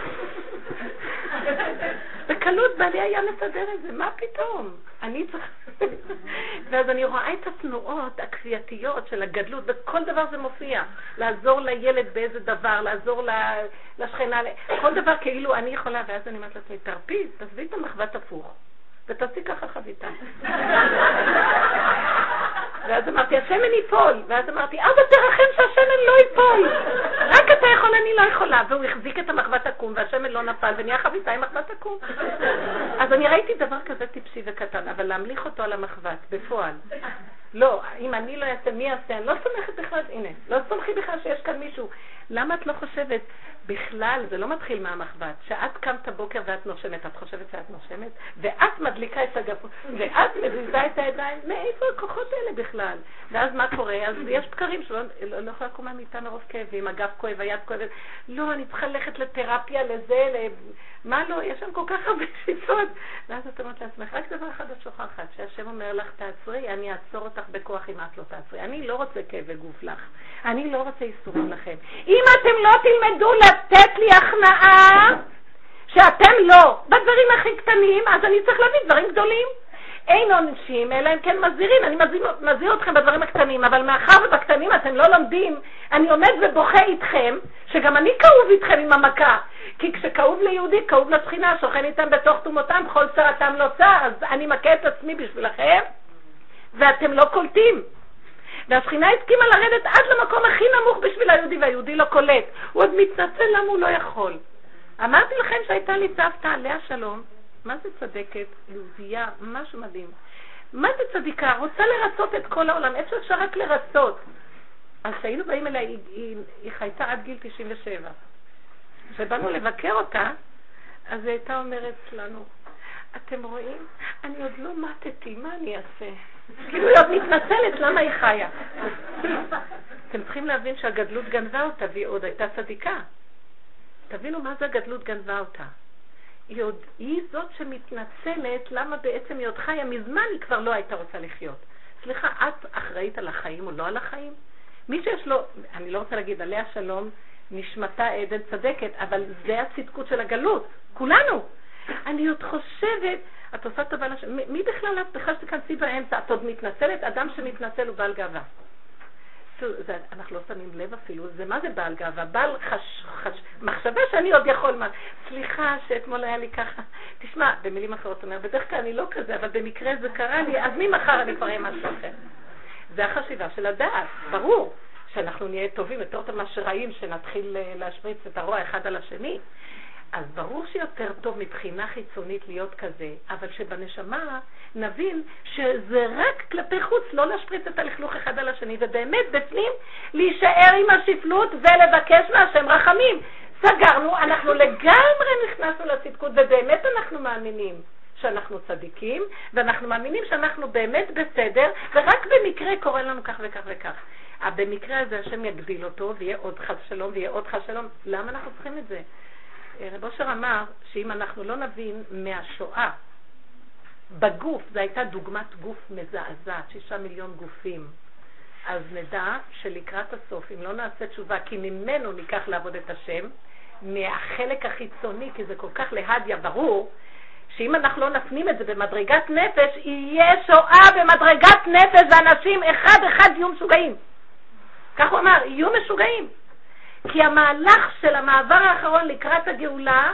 בקלות בעלי היה מסדר את זה, מה פתאום? אני צריך... ואז אני רואה את התנועות הכפייתיות של הגדלות, וכל דבר זה מופיע. לעזור לילד באיזה דבר, לעזור לשכנה, כל דבר כאילו אני יכולה, ואז אני אומרת לעצמי, תרפי, תעזבי את המחבת הפוך, ותעשי ככה חביתה. ואז אמרתי, השמן ייפול. ואז אמרתי, אבא תרחם שהשמן לא ייפול. רק אתה יכול, אני לא יכולה. והוא החזיק את המחבת עקום, והשמן לא נפל, ונהיה חביתה עם מחבת עקום. אז אני ראיתי דבר כזה טיפשי וקטן, אבל להמליך אותו על המחבת, בפועל. לא, אם אני לא אעשה, מי יעשה? אני לא סומכת בכלל, הנה, לא סומכי בכלל שיש כאן מישהו. למה את לא חושבת? בכלל, זה לא מתחיל מהמחבת. שאת קמת בוקר ואת נושמת, את חושבת שאת נושמת, ואת מדליקה את הגפות, ואת מזיזה את הידיים, מאיפה הכוחות האלה בכלל? ואז מה קורה? אז יש בקרים שלא לא, לא יכולה לקום מהמיטה מרוב כאבים, הגף כואב, היד כואבת. לא, אני צריכה ללכת לתרפיה, לזה, ל... מה לא? יש שם כל כך הרבה שיטות. ואז את אומרת לעצמך, רק דבר אחד את שוכחת, שהשם אומר לך, תעצרי, אני אעצור אותך בכוח אם את לא תעצרי. אני לא רוצה כאבי גוף לך. אני לא רוצה איסורים לכם. אם אתם לא תלמדו לתת לי הכנעה, שאתם לא, בדברים הכי קטנים, אז אני צריך להביא דברים גדולים. אין עונשים, אלא אם כן מזהירים, אני מזהיר, מזהיר אתכם בדברים הקטנים, אבל מאחר ובקטנים אתם לא לומדים, אני עומד ובוכה איתכם, שגם אני כאוב איתכם עם המכה, כי כשכאוב ליהודי, כאוב לשכינה, שוכן איתם בתוך תומותם, כל צרתם לא צר, אז אני מכה את עצמי בשבילכם, ואתם לא קולטים. והשכינה הסכימה לרדת עד למקום הכי נמוך בשביל היהודי, והיהודי לא קולט. הוא עוד מתנצל למה הוא לא יכול. אמרתי לכם שהייתה לי סבתא, עליה שלום, מה זה צדקת? יהודייה, משהו מדהים. מה זה צדיקה? רוצה לרצות את כל העולם, איפה אפשר רק לרצות? אז שהיינו באים אליה, היא, היא, היא חייתה עד גיל תשעים ושבע. כשבאנו לבקר אותה, אז היא הייתה אומרת לנו, אתם רואים? אני עוד לא מתתי, מה אני אעשה? כאילו היא עוד מתנצלת, למה היא חיה? אתם צריכים להבין שהגדלות גנבה אותה, והיא עוד הייתה צדיקה. תבינו מה זה הגדלות גנבה אותה. היא, עוד, היא זאת שמתנצלת, למה בעצם היא עוד חיה, מזמן היא כבר לא הייתה רוצה לחיות. סליחה, את אחראית על החיים או לא על החיים? מי שיש לו, אני לא רוצה להגיד עליה שלום, נשמתה עדן צדקת, אבל זה הצדקות של הגלות, כולנו. אני עוד חושבת, את עושה טובה לשם, מי בכלל את בכלל שתכנסי באמצע? את עוד מתנצלת? אדם שמתנצל הוא בעל גאווה. זה, אנחנו לא שמים לב אפילו, זה מה זה בעל גאווה? בעל חש, חש, מחשבה שאני עוד יכול מה. סליחה שאתמול היה לי ככה. תשמע, במילים אחרות אומר, בדרך כלל אני לא כזה, אבל במקרה זה קרה לי, אז ממחר אני כבר אהיה משהו אחר. זה החשיבה של הדעת, ברור. שאנחנו נהיה טובים, יותר טוב מה שרעים, שנתחיל להשפריץ את הרוע אחד על השני. אז ברור שיותר טוב מבחינה חיצונית להיות כזה, אבל שבנשמה נבין שזה רק כלפי חוץ, לא להשפריץ את הלכלוך אחד על השני, ובאמת בפנים להישאר עם השפלות ולבקש מהשם רחמים. סגרנו, אנחנו לגמרי נכנסנו לצדקות, ובאמת אנחנו מאמינים שאנחנו צדיקים, ואנחנו מאמינים שאנחנו באמת בסדר, ורק במקרה קורה לנו כך וכך וכך. במקרה הזה השם יגדיל אותו, ויהיה עוד חס שלום, ויהיה עוד חס שלום. למה אנחנו צריכים את זה? רב אושר אמר שאם אנחנו לא נבין מהשואה, בגוף, זו הייתה דוגמת גוף מזעזעת, שישה מיליון גופים, אז נדע שלקראת הסוף, אם לא נעשה תשובה, כי ממנו ניקח לעבוד את השם, מהחלק החיצוני, כי זה כל כך להדיה ברור, שאם אנחנו לא נפנים את זה במדרגת נפש, יהיה שואה במדרגת נפש, ואנשים אחד אחד יהיו משוגעים. כך הוא אמר, יהיו משוגעים. כי המהלך של המעבר האחרון לקראת הגאולה,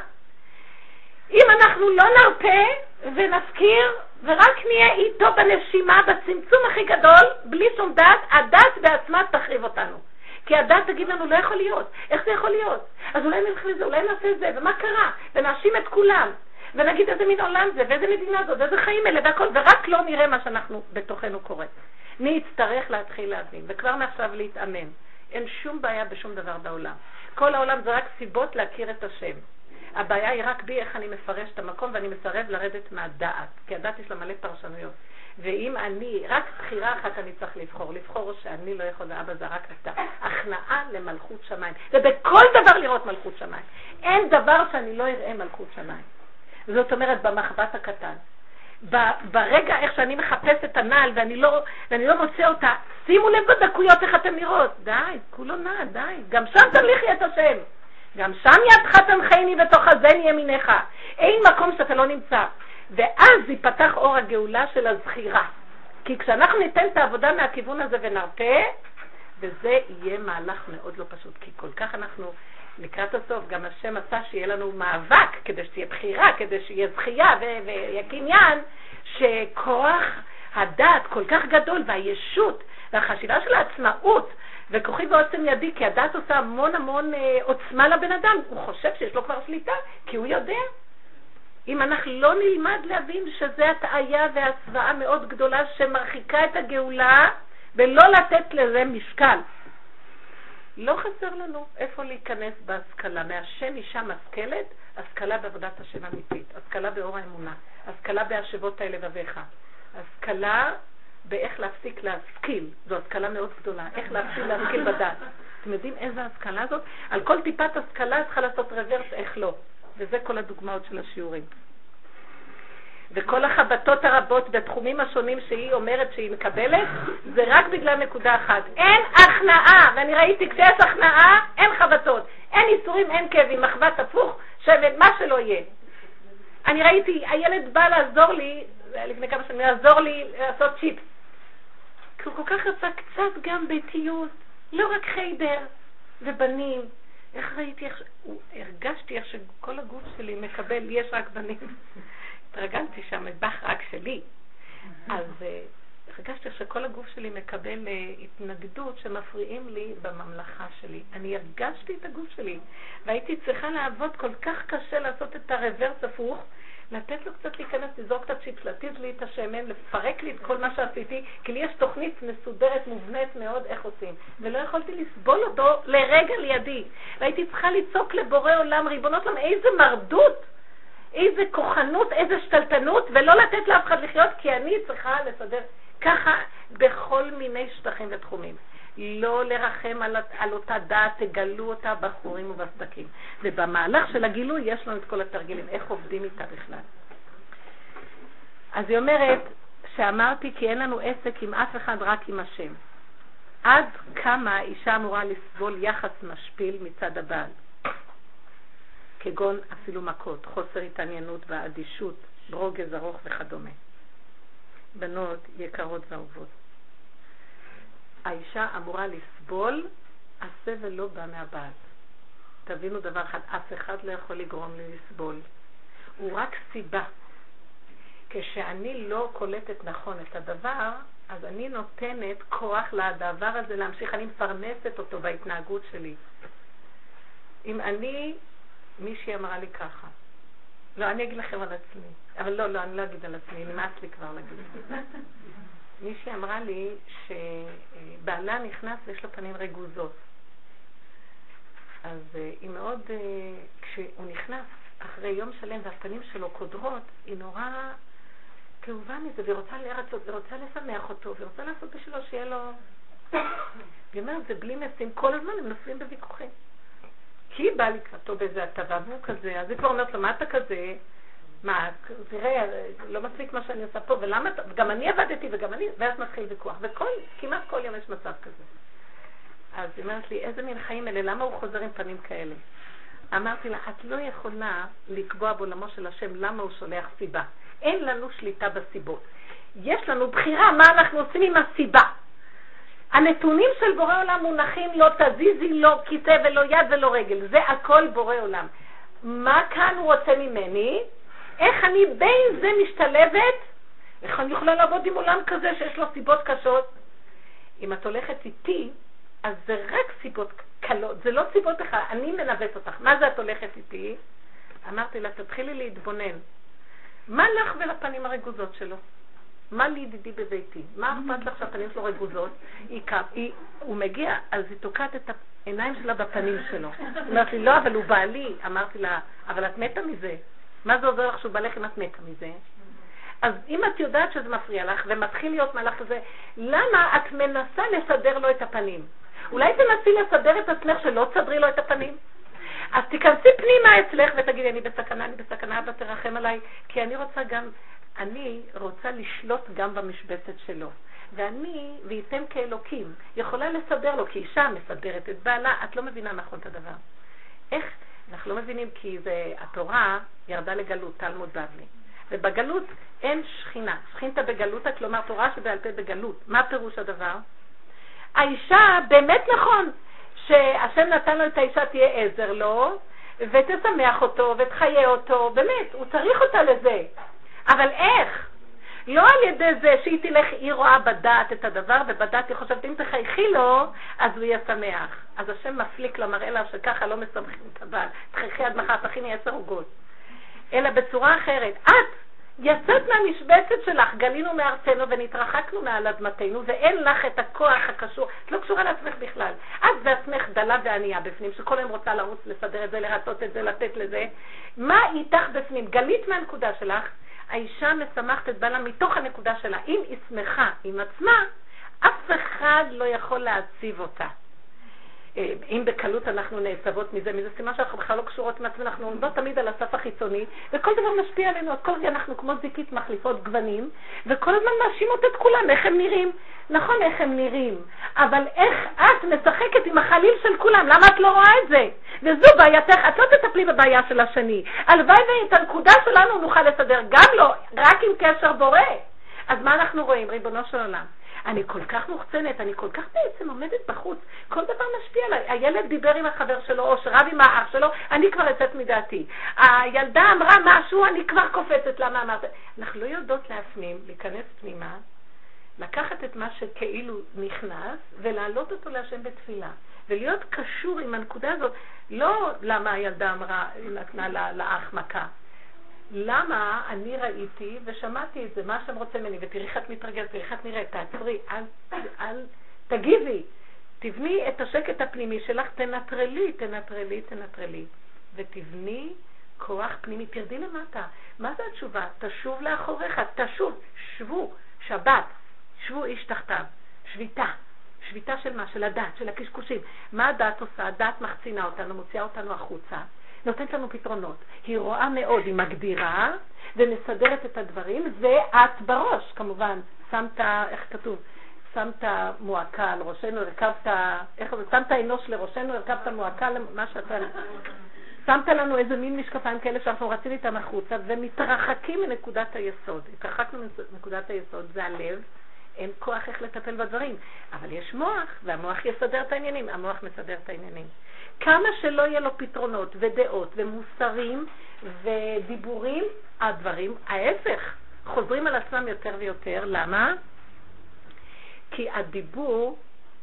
אם אנחנו לא נרפה ונזכיר ורק נהיה איתו בנשימה, בצמצום הכי גדול, בלי שום דת, הדת בעצמה תחריב אותנו. כי הדת תגיד לנו, לא יכול להיות. איך זה יכול להיות? אז אולי נלך לזה, אולי נעשה זה, ומה קרה? ונאשים את כולם. ונגיד איזה מין עולם זה, ואיזה מדינה זאת, ואיזה חיים אלה, והכל, ורק לא נראה מה שאנחנו בתוכנו קורה. נצטרך להתחיל להבין, וכבר מעכשיו להתאמן. אין שום בעיה בשום דבר בעולם. כל העולם זה רק סיבות להכיר את השם. הבעיה היא רק בי איך אני מפרש את המקום, ואני מסרב לרדת מהדעת, כי הדעת יש לה מלא פרשנויות. ואם אני, רק בחירה אחת אני צריך לבחור, לבחור שאני לא יכול, אבא זה רק אתה. הכנעה למלכות שמיים. ובכל דבר לראות מלכות שמיים. אין דבר שאני לא אראה מלכות שמיים. זאת אומרת, במחבת הקטן. ברגע איך שאני מחפש את הנעל ואני לא, ואני לא מוצא אותה, שימו לב בדקויות איך אתם נראות. די, כולו נע, די. גם שם תמליכי את השם. גם שם ידך תנחני בתוך הזן ימיניך. אין מקום שאתה לא נמצא. ואז ייפתח אור הגאולה של הזכירה. כי כשאנחנו ניתן את העבודה מהכיוון הזה ונרפה, וזה יהיה מהלך מאוד לא פשוט. כי כל כך אנחנו לקראת הסוף, גם השם עשה שיהיה לנו מאבק, כדי שתהיה בחירה, כדי שיהיה זכייה ויהיה קניין, שכוח הדת כל כך גדול, והישות והחשיבה של העצמאות, וכוחי ועוצם ידי, כי הדת עושה המון המון אה, עוצמה לבן אדם, הוא חושב שיש לו כבר שליטה, כי הוא יודע. אם אנחנו לא נלמד להבין שזה הטעיה והסוואה מאוד גדולה שמרחיקה את הגאולה, ולא לתת לזה משקל. לא חסר לנו איפה להיכנס בהשכלה. מהשם אישה משכלת, השכלה בעבודת השם אמיתית, השכלה באור האמונה, השכלה בהשבות הלבביך, השכלה באיך להפסיק להשכיל. זו השכלה מאוד גדולה, איך להפסיק להשכיל בדעת. אתם יודעים איזה השכלה זאת? על כל טיפת השכלה צריכה לעשות רוורס, איך לא. וזה כל הדוגמאות של השיעורים. וכל החבטות הרבות בתחומים השונים שהיא אומרת שהיא מקבלת, זה רק בגלל נקודה אחת. אין הכנעה, ואני ראיתי כשיש הכנעה, אין חבטות. אין איסורים, אין כאבים, מחבת הפוך, שמה שלא יהיה. אני ראיתי, הילד בא לעזור לי, לפני כמה שנים, לעזור לי לעשות צ'יפס. כי הוא כל כך רצה קצת גם ביתיות, לא רק חיידר ובנים. איך ראיתי, איך, הרגשתי איך שכל הגוף שלי מקבל, יש רק בנים. התרגלתי שהמטבח רק שלי. אז הרגשתי שכל הגוף שלי מקבל התנגדות שמפריעים לי בממלכה שלי. אני הרגשתי את הגוף שלי, והייתי צריכה לעבוד כל כך קשה לעשות את הרוורס הפוך, לתת לו קצת להיכנס, לזרוק את הצ'יפס, להתיז לי את השמן, לפרק לי את כל מה שעשיתי, כי לי יש תוכנית מסודרת, מובנית מאוד איך עושים. ולא יכולתי לסבול אותו לרגע לידי. והייתי צריכה לצעוק לבורא עולם, ריבונות עולם, איזה מרדות, איזה כוחנות, איזה שתלטנות, ולא לתת לאף אחד לחיות, כי אני צריכה לסדר ככה בכל מיני שטחים ותחומים. לא לרחם על, על אותה דעת, תגלו אותה בחורים ובסדקים. ובמהלך של הגילוי יש לנו את כל התרגילים, איך עובדים איתה בכלל. אז היא אומרת שאמרתי כי אין לנו עסק עם אף אחד, רק עם השם. עד כמה אישה אמורה לסבול יחס משפיל מצד הבעל, כגון אפילו מכות, חוסר התעניינות והאדישות, ברוגז ארוך וכדומה. בנות יקרות ואהובות, האישה אמורה לסבול, הסבל לא בא מהבעל. תבינו דבר אחד, אף אחד לא יכול לגרום לי לסבול. הוא רק סיבה. כשאני לא קולטת נכון את הדבר, אז אני נותנת כוח לדבר הזה להמשיך, אני מפרנסת אותו בהתנהגות שלי. אם אני, מישהי אמרה לי ככה, לא, אני אגיד לכם על עצמי, אבל לא, לא, אני לא אגיד על עצמי, נמאס לי כבר להגיד. מישהי אמרה לי שבעלה נכנס ויש לו פנים רגוזות. אז היא מאוד, כשהוא נכנס אחרי יום שלם והפנים שלו קודרות, היא נורא כאובה מזה, והיא רוצה לרצות, ורוצה לשמח אותו, ורוצה לעשות בשבילו שיהיה לו... היא אומרת, זה בלי נסים, כל הזמן הם נופלים בוויכוחים. כי היא באה לקראתו באיזה הטבה, והוא כזה, אז היא כבר אומרת לו, מה אתה כזה? מה, תראה, לא מספיק מה שאני עושה פה, ולמה אתה... וגם אני עבדתי, וגם אני... ואז מתחיל ויכוח, וכל, כמעט כל יום יש מצב כזה. אז היא אומרת לי, איזה מין חיים אלה, למה הוא חוזר עם פנים כאלה? אמרתי לה, את לא יכולה לקבוע בעולמו של השם למה הוא שולח סיבה. אין לנו שליטה בסיבות. יש לנו בחירה מה אנחנו עושים עם הסיבה. הנתונים של בורא עולם מונחים, לא תזיזי, לא כיסא ולא יד ולא רגל. זה הכל בורא עולם. מה כאן הוא רוצה ממני? איך אני בין זה משתלבת? איך אני יכולה לעבוד עם עולם כזה שיש לו סיבות קשות? אם את הולכת איתי, אז זה רק סיבות קלות, זה לא סיבות לך, אני מנווט אותך. מה זה את הולכת איתי? אמרתי לה, תתחילי להתבונן. מה לך ולפנים הרגוזות שלו? מה לי ידידי בביתי? מה אכפת לך שהפנים שלו רגוזות? היא, היא, הוא מגיע, אז היא תוקעת את העיניים שלה בפנים שלו. היא אומרת לי, לא, אבל הוא בעלי. אמרתי לה, אבל את מתה מזה. מה זה עוזר לך שהוא בעלך אם את מתה מזה? אז אם את יודעת שזה מפריע לך ומתחיל להיות מהלך כזה, למה את מנסה לסדר לו את הפנים? אולי תנסי לסדר את עצמך שלא תסדרי לו את הפנים? אז תיכנסי פנימה אצלך ותגידי, אני בסכנה, אני בסכנה, אבא תרחם עליי, כי אני רוצה גם, אני רוצה לשלוט גם במשבצת שלו. ואני, וייתם כאלוקים, יכולה לסדר לו, כי אישה מסדרת את בעלה, את לא מבינה נכון את הדבר. איך? אנחנו לא מבינים, כי זה, התורה ירדה לגלות, תלמוד בבלי. ובגלות אין שכינה. שכינתה בגלות, כלומר תורה שבעל פה בגלות. מה פירוש הדבר? האישה, באמת נכון, שהשם נתן לו את האישה תהיה עזר לו, ותשמח אותו, ותחיה אותו, באמת, הוא צריך אותה לזה. אבל איך? לא על ידי זה שהיא תלך, היא רואה בדעת את הדבר, ובדעת היא חושבת, אם תחייכי לו, אז הוא יהיה שמח. אז השם מפליק לו, מראה לה שככה לא משמחים את הבעל. תחייכי עד מחר, תכיני עשר עוגות. אלא בצורה אחרת. את יצאת מהמשבצת שלך, גלינו מארצנו ונתרחקנו מעל אדמתנו, ואין לך את הכוח הקשור, את לא קשורה לעצמך בכלל. את בעצמך דלה וענייה בפנים, שכל היום רוצה לרוץ, לסדר את זה, לרצות את זה, לתת לזה. מה איתך בפנים? גלית מהנקודה שלך, האישה משמחת את בעלה מתוך הנקודה שלה. אם היא שמחה עם עצמה, אף אחד לא יכול להציב אותה. אם בקלות אנחנו נעצבות מזה, מזה סימן שאנחנו בכלל לא קשורות עם עצמנו, אנחנו עומדות תמיד על הסף החיצוני, וכל דבר משפיע עלינו, כל רגע אנחנו כמו זיקית מחליפות גוונים, וכל הזמן מאשימות את כולם, איך הם נראים. נכון, איך הם נראים, אבל איך את משחקת עם החליל של כולם, למה את לא רואה את זה? וזו בעייתך, את לא תטפלי בבעיה של השני. הלוואי ואת הנקודה שלנו נוכל לסדר, גם לא, רק עם קשר בורא. אז מה אנחנו רואים, ריבונו של עולם? אני כל כך מוחצנת, אני כל כך בעצם עומדת בחוץ, כל דבר משפיע עליי. הילד דיבר עם החבר שלו, או שרב עם האח שלו, אני כבר יצאת מדעתי. הילדה אמרה משהו, אני כבר קופצת, למה אמרת? אנחנו לא יודעות להפנים, להיכנס פנימה, לקחת את מה שכאילו נכנס, ולהעלות אותו להשם בתפילה. ולהיות קשור עם הנקודה הזאת, לא למה הילדה אמרה, נתנה לאח מכה. למה אני ראיתי ושמעתי את זה, מה שהם רוצה ממני, ותראי איך את מתרגלת, תראי איך את נראית, תעצרי, אל, אל, תגיבי, תבני את השקט הפנימי שלך, תנטרלי, תנטרלי, תנטרלי, ותבני כוח פנימי, תרדי למטה. מה זה התשובה? תשוב לאחוריך, תשוב, שבו, שבת, שבו איש תחתיו, שביתה. שביתה של מה? של הדת, של הקשקושים. מה הדת עושה? הדת מחצינה אותנו, מוציאה אותנו החוצה. נותנת לנו פתרונות. היא רואה מאוד, היא מגדירה ומסדרת את הדברים, ואת בראש, כמובן, שמת, איך כתוב, שמת מועקה על ראשנו, הרכבת, איך זה, שמת אנוש לראשנו, הרכבת מועקה למה שאתה, שמת לנו איזה מין משקפיים כאלה שאנחנו רצים איתם החוצה, ומתרחקים מנקודת היסוד. התרחקנו מנקודת היסוד, זה הלב, אין כוח איך לטפל בדברים. אבל יש מוח, והמוח יסדר את העניינים. המוח מסדר את העניינים. כמה שלא יהיה לו פתרונות ודעות ומוסרים ודיבורים, הדברים, ההפך, חוזרים על עצמם יותר ויותר. למה? כי הדיבור,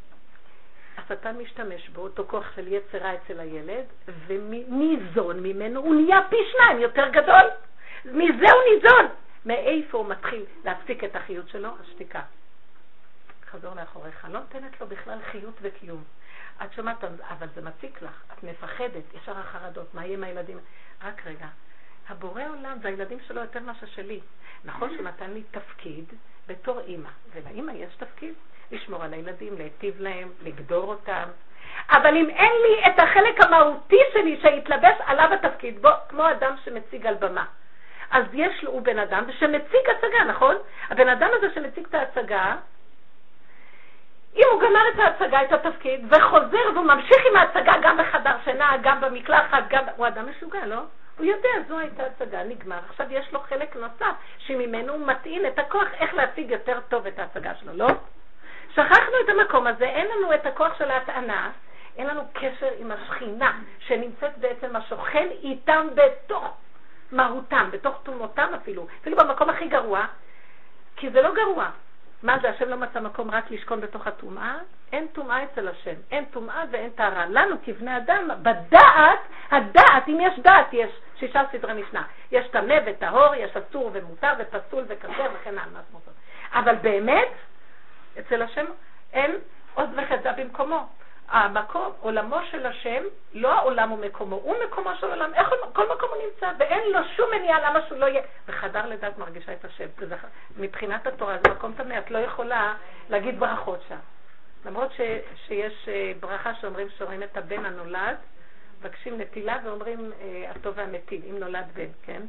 השטן משתמש בו, אותו כוח של יצרה אצל הילד, וניזון ממנו הוא נהיה פי שניים יותר גדול. מזה הוא ניזון. מאיפה הוא מתחיל להפסיק את החיות שלו? השתיקה. חזור לאחוריך. לא נותנת לו בכלל חיות וקיום. את שומעת, אבל זה מציק לך. את מפחדת, ישר החרדות. מה יהיה עם הילדים? רק רגע. הבורא עולם זה הילדים שלו יותר משהו שלי. נכון שהוא נתן לי תפקיד בתור אימא. ולאימא יש תפקיד לשמור על הילדים, להיטיב להם, לגדור אותם. אבל אם אין לי את החלק המהותי שלי שהתלבש עליו התפקיד, בו, כמו אדם שמציג על במה. אז יש לו, הוא בן אדם שמציג הצגה, נכון? הבן אדם הזה שמציג את ההצגה, אם הוא גמר את ההצגה, את התפקיד, וחוזר והוא ממשיך עם ההצגה גם בחדר שינה, גם במקלחת, גם... הוא אדם משוגע, לא? הוא יודע, זו הייתה הצגה, נגמר. עכשיו יש לו חלק נוסף, שממנו הוא מטעין את הכוח איך להציג יותר טוב את ההצגה שלו, לא? שכחנו את המקום הזה, אין לנו את הכוח של ההטענה, אין לנו קשר עם השכינה, שנמצאת בעצם השוכן איתם בתוך מהותם, בתוך תומותם אפילו, אפילו במקום הכי גרוע, כי זה לא גרוע. מה זה, השם לא מצא מקום רק לשכון בתוך התומעה? אין תומעה אצל השם, אין תומעה ואין טהרה. לנו כבני אדם, בדעת, הדעת, אם יש דעת, יש שישה סדרי משנה. יש טמא וטהור, יש אסור ומותר ופסול וכשר וכן הלאה. אבל באמת, אצל השם אין עוז וחסדה במקומו. המקום, עולמו של השם, לא העולם הוא מקומו, הוא מקומו של עולם, איך, כל מקום הוא נמצא, ואין לו שום מניעה למה שהוא לא יהיה. וחדר לדעת מרגישה את השם. מבחינת התורה זה מקום תמי, את לא יכולה להגיד ברכות שם. למרות ש, שיש ברכה שאומרים שאומרים את הבן הנולד, מבקשים נטילה ואומרים הטוב והמטיב, אם נולד בן, כן?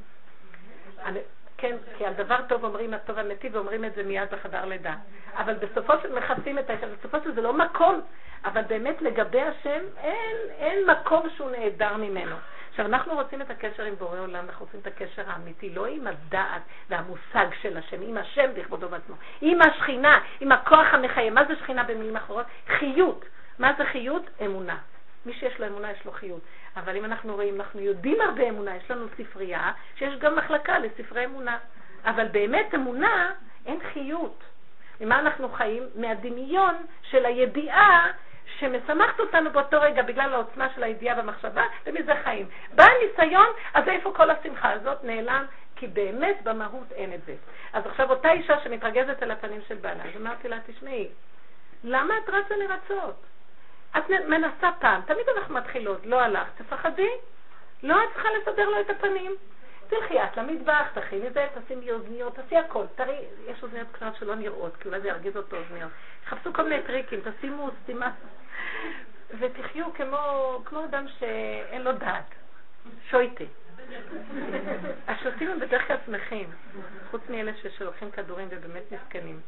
כן, כי על דבר טוב אומרים הטוב והמטיב ואומרים את זה מיד בחדר לידה. אבל בסופו של מחפשים את האישה, בסופו של זה לא מקום, אבל באמת לגבי השם אין, אין מקום שהוא נהדר ממנו. עכשיו אנחנו רוצים את הקשר עם בורא עולם, אנחנו רוצים את הקשר האמיתי, לא עם הדעת והמושג של השם, עם השם בכבודו בעצמו, עם השכינה, עם הכוח המחיה. מה זה שכינה במילים אחרות? חיות. מה זה חיות? אמונה. מי שיש לו אמונה יש לו חיות. אבל אם אנחנו רואים, אנחנו יודעים הרבה אמונה, יש לנו ספרייה שיש גם מחלקה לספרי אמונה. אבל באמת אמונה אין חיות. ממה אנחנו חיים? מהדמיון של הידיעה שמשמחת אותנו באותו רגע בגלל העוצמה של הידיעה במחשבה, ומזה חיים. בא הניסיון, אז איפה כל השמחה הזאת? נעלם, כי באמת במהות אין את זה. אז עכשיו אותה אישה שמתרגזת על הפנים של בעלה, אז אמרתי לה, תשמעי, למה את רצה לרצות? את מנסה פעם, תמיד אנחנו מתחילות, לא הלך, תפחדי, לא את צריכה לסדר לו את הפנים. תלכי את למטבח, תכין את זה, תשימי אוזניות, תעשי הכל. תראי, יש אוזניות קטנות שלא נראות, כי אולי זה ירגיז אותו אוזניות. חפשו כל מיני טריקים, תשימו סתימה, ותחיו כמו, כמו אדם שאין לו דעת. שויטי. השוטים הם בדרך כלל שמחים, חוץ מאלה ששולחים כדורים ובאמת מסכנים.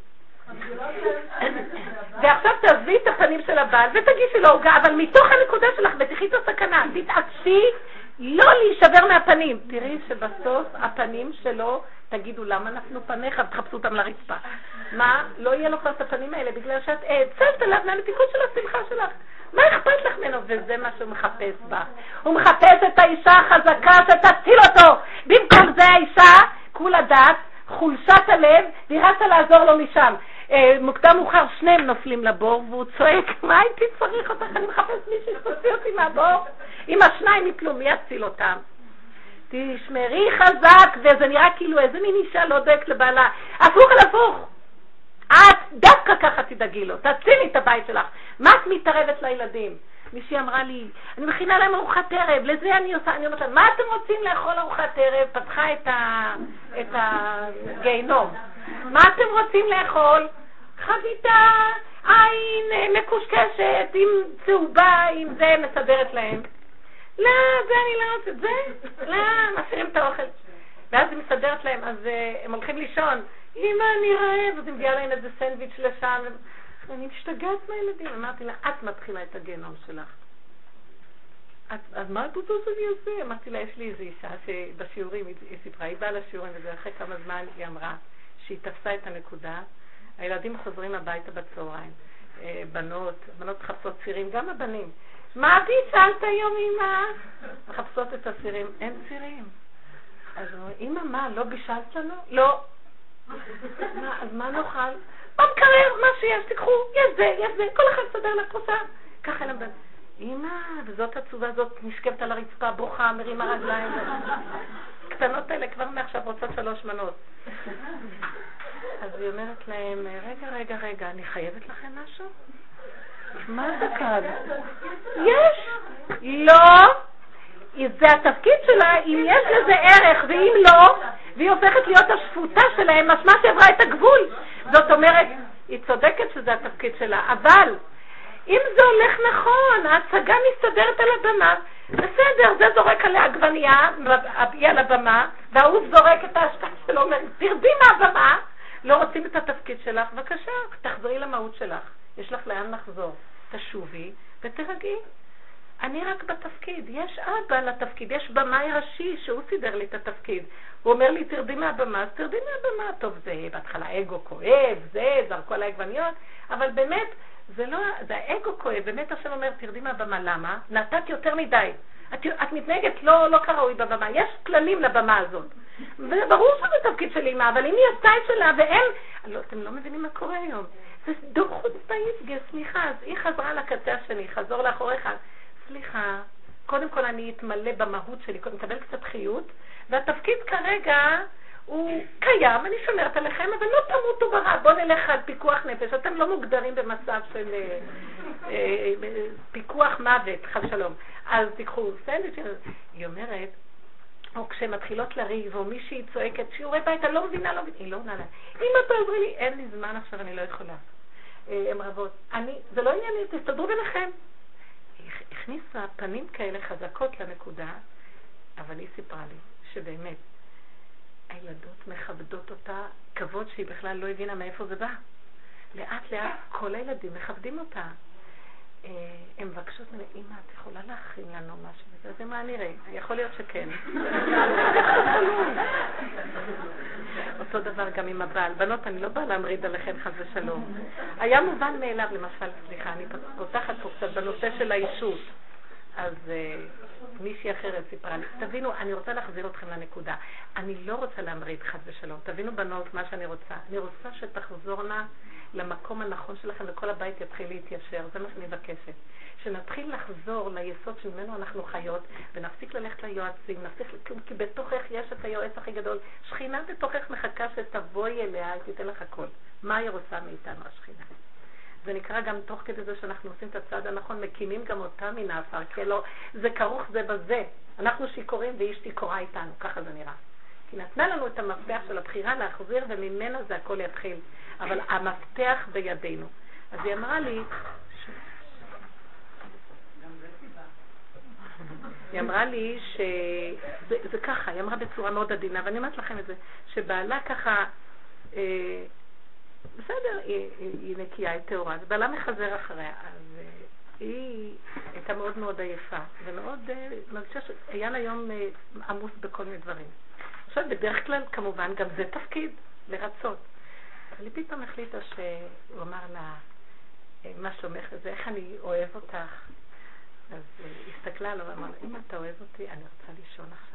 ועכשיו תעזבי את הפנים של הבעל ותגישי לו עוגה, אבל מתוך הנקודה שלך ותחי את הסכנה, תתעקשי לא להישבר מהפנים. תראי שבסוף הפנים שלו, תגידו למה נפנו פניך ותחפשו אותם לרצפה. מה? לא יהיה לו כבר את הפנים האלה בגלל שאת צלת עליו מהנתיקות של השמחה שלך. מה אכפת לך ממנו? וזה מה שהוא מחפש בה. הוא מחפש את האישה החזקה שתציל אותו. במקום זה האישה, כול הדעת, חולשת הלב, והיא רצה לעזור לו משם. מוקדם מאוחר שניהם נופלים לבור, והוא צועק, מה הייתי צריך אותך? אני מחפש מישהו שתוציא אותי מהבור. אם השניים יפלו, מי יציל אותם? תשמרי חזק, וזה נראה כאילו איזה מין אישה לא דק לבעלה. הפוך על הפוך. את דווקא ככה תדאגי לו, תצילי את הבית שלך. מה את מתערבת לילדים? מישהי אמרה לי, אני מכינה להם ארוחת ערב, לזה אני עושה, אני אומרת להם, מה אתם רוצים לאכול ארוחת ערב? פתחה את, ה, את הגיהנום. מה אתם רוצים לאכול? חביתה, עין מקושקשת, עם צהובה, עם זה, מסדרת להם. לא, זה אני לא רוצה, זה, לא, משאירים את האוכל. ואז היא מסדרת להם, אז uh, הם הולכים לישון. אמא, אני רעב, אז היא מביאה להם איזה סנדוויץ' לשם. אני משתגעת מהילדים. אמרתי לה, את מתחילה את הגיהנום שלך. את, אז מה את רוצה שאני אעשה? אמרתי לה, יש לי איזו אישה שבשיעורים, היא, היא סיפרה, היא באה לשיעורים, וזה אחרי כמה זמן היא אמרה שהיא תפסה את הנקודה. הילדים חוזרים הביתה בצהריים. בנות, בנות חפשות צירים, גם הבנים. מה בישלת היום, אמא? מחפשות את הצירים. אין צירים. אז אמא, מה, לא בישלת לנו? לא. מה, אז מה נאכל? במקרר, מה שיש, תיקחו, יש זה, יש זה, כל אחד סדר לקוסה. ככה אלה בן. אמא, וזאת התשובה הזאת נשכבת על הרצפה, בוכה, מרימה רגליים. קטנות האלה כבר מעכשיו רוצות שלוש מנות. אז היא אומרת להם, רגע, רגע, רגע, אני חייבת לכם משהו? מה זה כאן? יש! לא! זה התפקיד שלה, אם יש לזה ערך, ואם לא, והיא הופכת להיות השפוטה שלהם, משמע שעברה את הגבול. זאת אומרת, היא צודקת שזה התפקיד שלה, אבל אם זה הולך נכון, ההצגה מסתדרת על הבמה, בסדר, זה זורק עליה עגבנייה, היא על הבמה, והוא זורק את ההשקעה שלו, אומר, תרדי מהבמה, לא רוצים את התפקיד שלך, בבקשה, תחזרי למהות שלך, יש לך לאן לחזור, תשובי ותרגי. אני רק בתפקיד, יש אבא לתפקיד, יש במאי ראשי שהוא סידר לי את התפקיד. הוא אומר לי, תרדי מהבמה, אז תרדי מהבמה. טוב, זה בהתחלה אגו כואב, זה, זרקו על העגבניות, אבל באמת, זה לא, זה האגו כואב, באמת השם אומר, תרדי מהבמה, למה? נתת יותר מדי. את, את מתנהגת לא, לא כראוי בבמה, יש כללים לבמה הזאת. וברור שזה תפקיד של אמא, אבל אם היא עשתה את שלה ואין, לא, אתם לא מבינים מה קורה היום. זה דור חוצפאית, סליחה, אז היא חזרה לקצה השני, חזור לאחוריך. סליחה, קודם כל אני אתמלא במהות שלי, קודם קבל קצת חיות, והתפקיד כרגע הוא קיים, אני שומרת עליכם, אבל לא תמותו ברע, בוא נלך על פיקוח נפש, אתם לא מוגדרים במצב של אה, אה, פיקוח מוות, חס שלום. אז תיקחו סנדוויץ', היא אומרת, או כשמתחילות לריב, או מישהי צועקת, שיעורי בית, אני לא מבינה, לא מבינה, היא לא עונה לה. אם אתה עוזרי לי, אין לי זמן עכשיו, אני לא יכולה. הם רבות, אני, זה לא ענייני, תסתדרו ביניכם. הכניסה פנים כאלה חזקות לנקודה, אבל היא סיפרה לי שבאמת הילדות מכבדות אותה כבוד שהיא בכלל לא הבינה מאיפה זה בא. לאט לאט כל הילדים מכבדים אותה. הם מבקשות ממני, אמא, את יכולה להכין לנו משהו? אז זה מה נראה? יכול להיות שכן. אותו דבר גם עם הבעל. בנות, אני לא באה להמריד עליכם חס ושלום. היה מובן מאליו, למשל, סליחה, אני פותחת פה קצת בנושא של האישות. אז מישהי אחרת סיפרה לי, תבינו, אני רוצה להחזיר אתכם לנקודה. אני לא רוצה להמריד חס ושלום. תבינו בנות מה שאני רוצה. אני רוצה שתחזורנה למקום הנכון שלכם וכל הבית יתחיל להתיישר. זה מה שאני מבקשת. שנתחיל לחזור ליסוד שממנו אנחנו חיות ונפסיק ללכת ליועצים, נפסיק, כי בתוכך יש את היועץ הכי גדול. שכינה בתוכך מחכה שתבואי אליה, תיתן לך הכל. מה היא רוצה מאיתנו השכינה? זה נקרא גם תוך כדי זה שאנחנו עושים את הצעד הנכון, מקימים גם אותה מן האפר, כי לא, זה כרוך זה בזה. אנחנו שיקורים ואיש תיקורה איתנו, ככה זה נראה. כי נתנה לנו את המפתח של הבחירה להחזיר, וממנה זה הכל יתחיל. אבל המפתח בידינו. אז היא אמרה לי, היא אמרה לי שזה זה ככה, היא אמרה בצורה מאוד עדינה, ואני אומרת לכם את זה, שבעלה ככה, אה, בסדר, היא, היא, היא נקייה, היא תאורה, אז בעלה מחזר אחריה, אז אה, היא הייתה מאוד מאוד עייפה, ומאוד, אה, מרגישה שהיה לה יום אה, עמוס בכל מיני דברים. עכשיו, בדרך כלל, כמובן, גם זה תפקיד, לרצות. אבל היא פתאום החליטה שהוא אמר לה, מה שומך לזה, איך אני אוהב אותך. אז היא הסתכלה עליו ואמרה, אם אתה אוהב אותי, אני רוצה לישון עכשיו.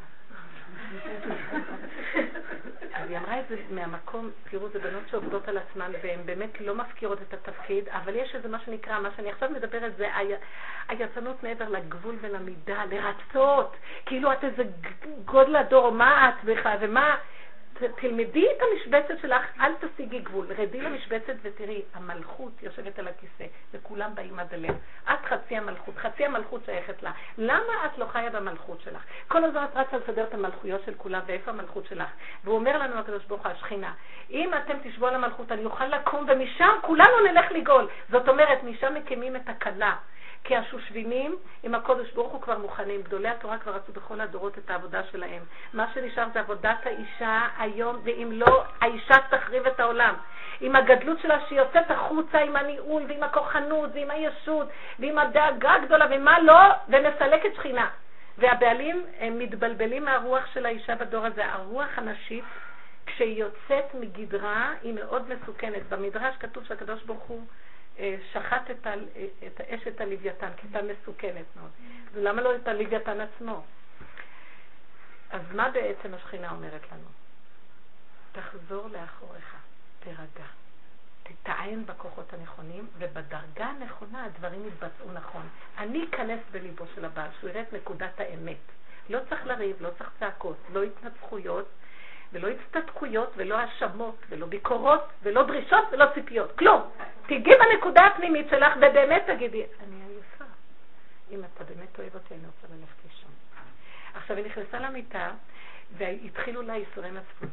אז היא אמרה את זה מהמקום, תראו, זה בנות שעובדות על עצמן, והן באמת לא מפקירות את התפקיד, אבל יש איזה מה שנקרא, מה שאני עכשיו מדברת, זה היצנות מעבר לגבול ולמידה, לרצות, כאילו את איזה גודל הדור, מה את בכלל, ומה... תלמדי את המשבצת שלך, אל תשיגי גבול, רדי למשבצת ותראי, המלכות יושבת על הכיסא, וכולם באים עד אליה. את חצי המלכות, חצי המלכות שייכת לה. למה את לא חיה במלכות שלך? כל הזמן את רצה לסדר את המלכויות של כולם, ואיפה המלכות שלך? והוא אומר לנו, הקדוש ברוך הוא, השכינה, אם אתם תשבו על המלכות, אני אוכל לקום, ומשם כולנו נלך לגול. זאת אומרת, משם מקימים את הכלה. כי השושבינים עם הקודש ברוך הוא כבר מוכנים, גדולי התורה כבר עשו בכל הדורות את העבודה שלהם. מה שנשאר זה עבודת האישה היום, ואם לא, האישה תחריב את העולם. עם הגדלות שלה שהיא יוצאת החוצה, עם הניהול ועם הכוחנות ועם הישות ועם הדאגה הגדולה ומה לא, ומסלקת שכינה. והבעלים הם מתבלבלים מהרוח של האישה בדור הזה. הרוח הנשית כשהיא יוצאת מגדרה היא מאוד מסוכנת. במדרש כתוב שהקדוש ברוך הוא שחט את, ה, את האשת הלוויתן, כי הייתה מסוכנת מאוד. ולמה לא את הלוויתן עצמו? אז מה בעצם השכינה אומרת לנו? תחזור לאחוריך, תרגע, תתעיין בכוחות הנכונים, ובדרגה הנכונה הדברים יתבצעו נכון. אני אכנס בליבו של הבעל, שהוא יראה את נקודת האמת. לא צריך לריב, לא צריך צעקות, לא התנצחויות, ולא הצטדקויות, ולא האשמות, ולא ביקורות, ולא דרישות, ולא ציפיות. כלום. תגיעי בנקודה הפנימית שלך, ובאמת תגידי, אני עייפה. אם אתה באמת אוהב אותי, אני רוצה ללכת לישון. עכשיו היא נכנסה למיטה, והתחילו לה ייסורי מצפון.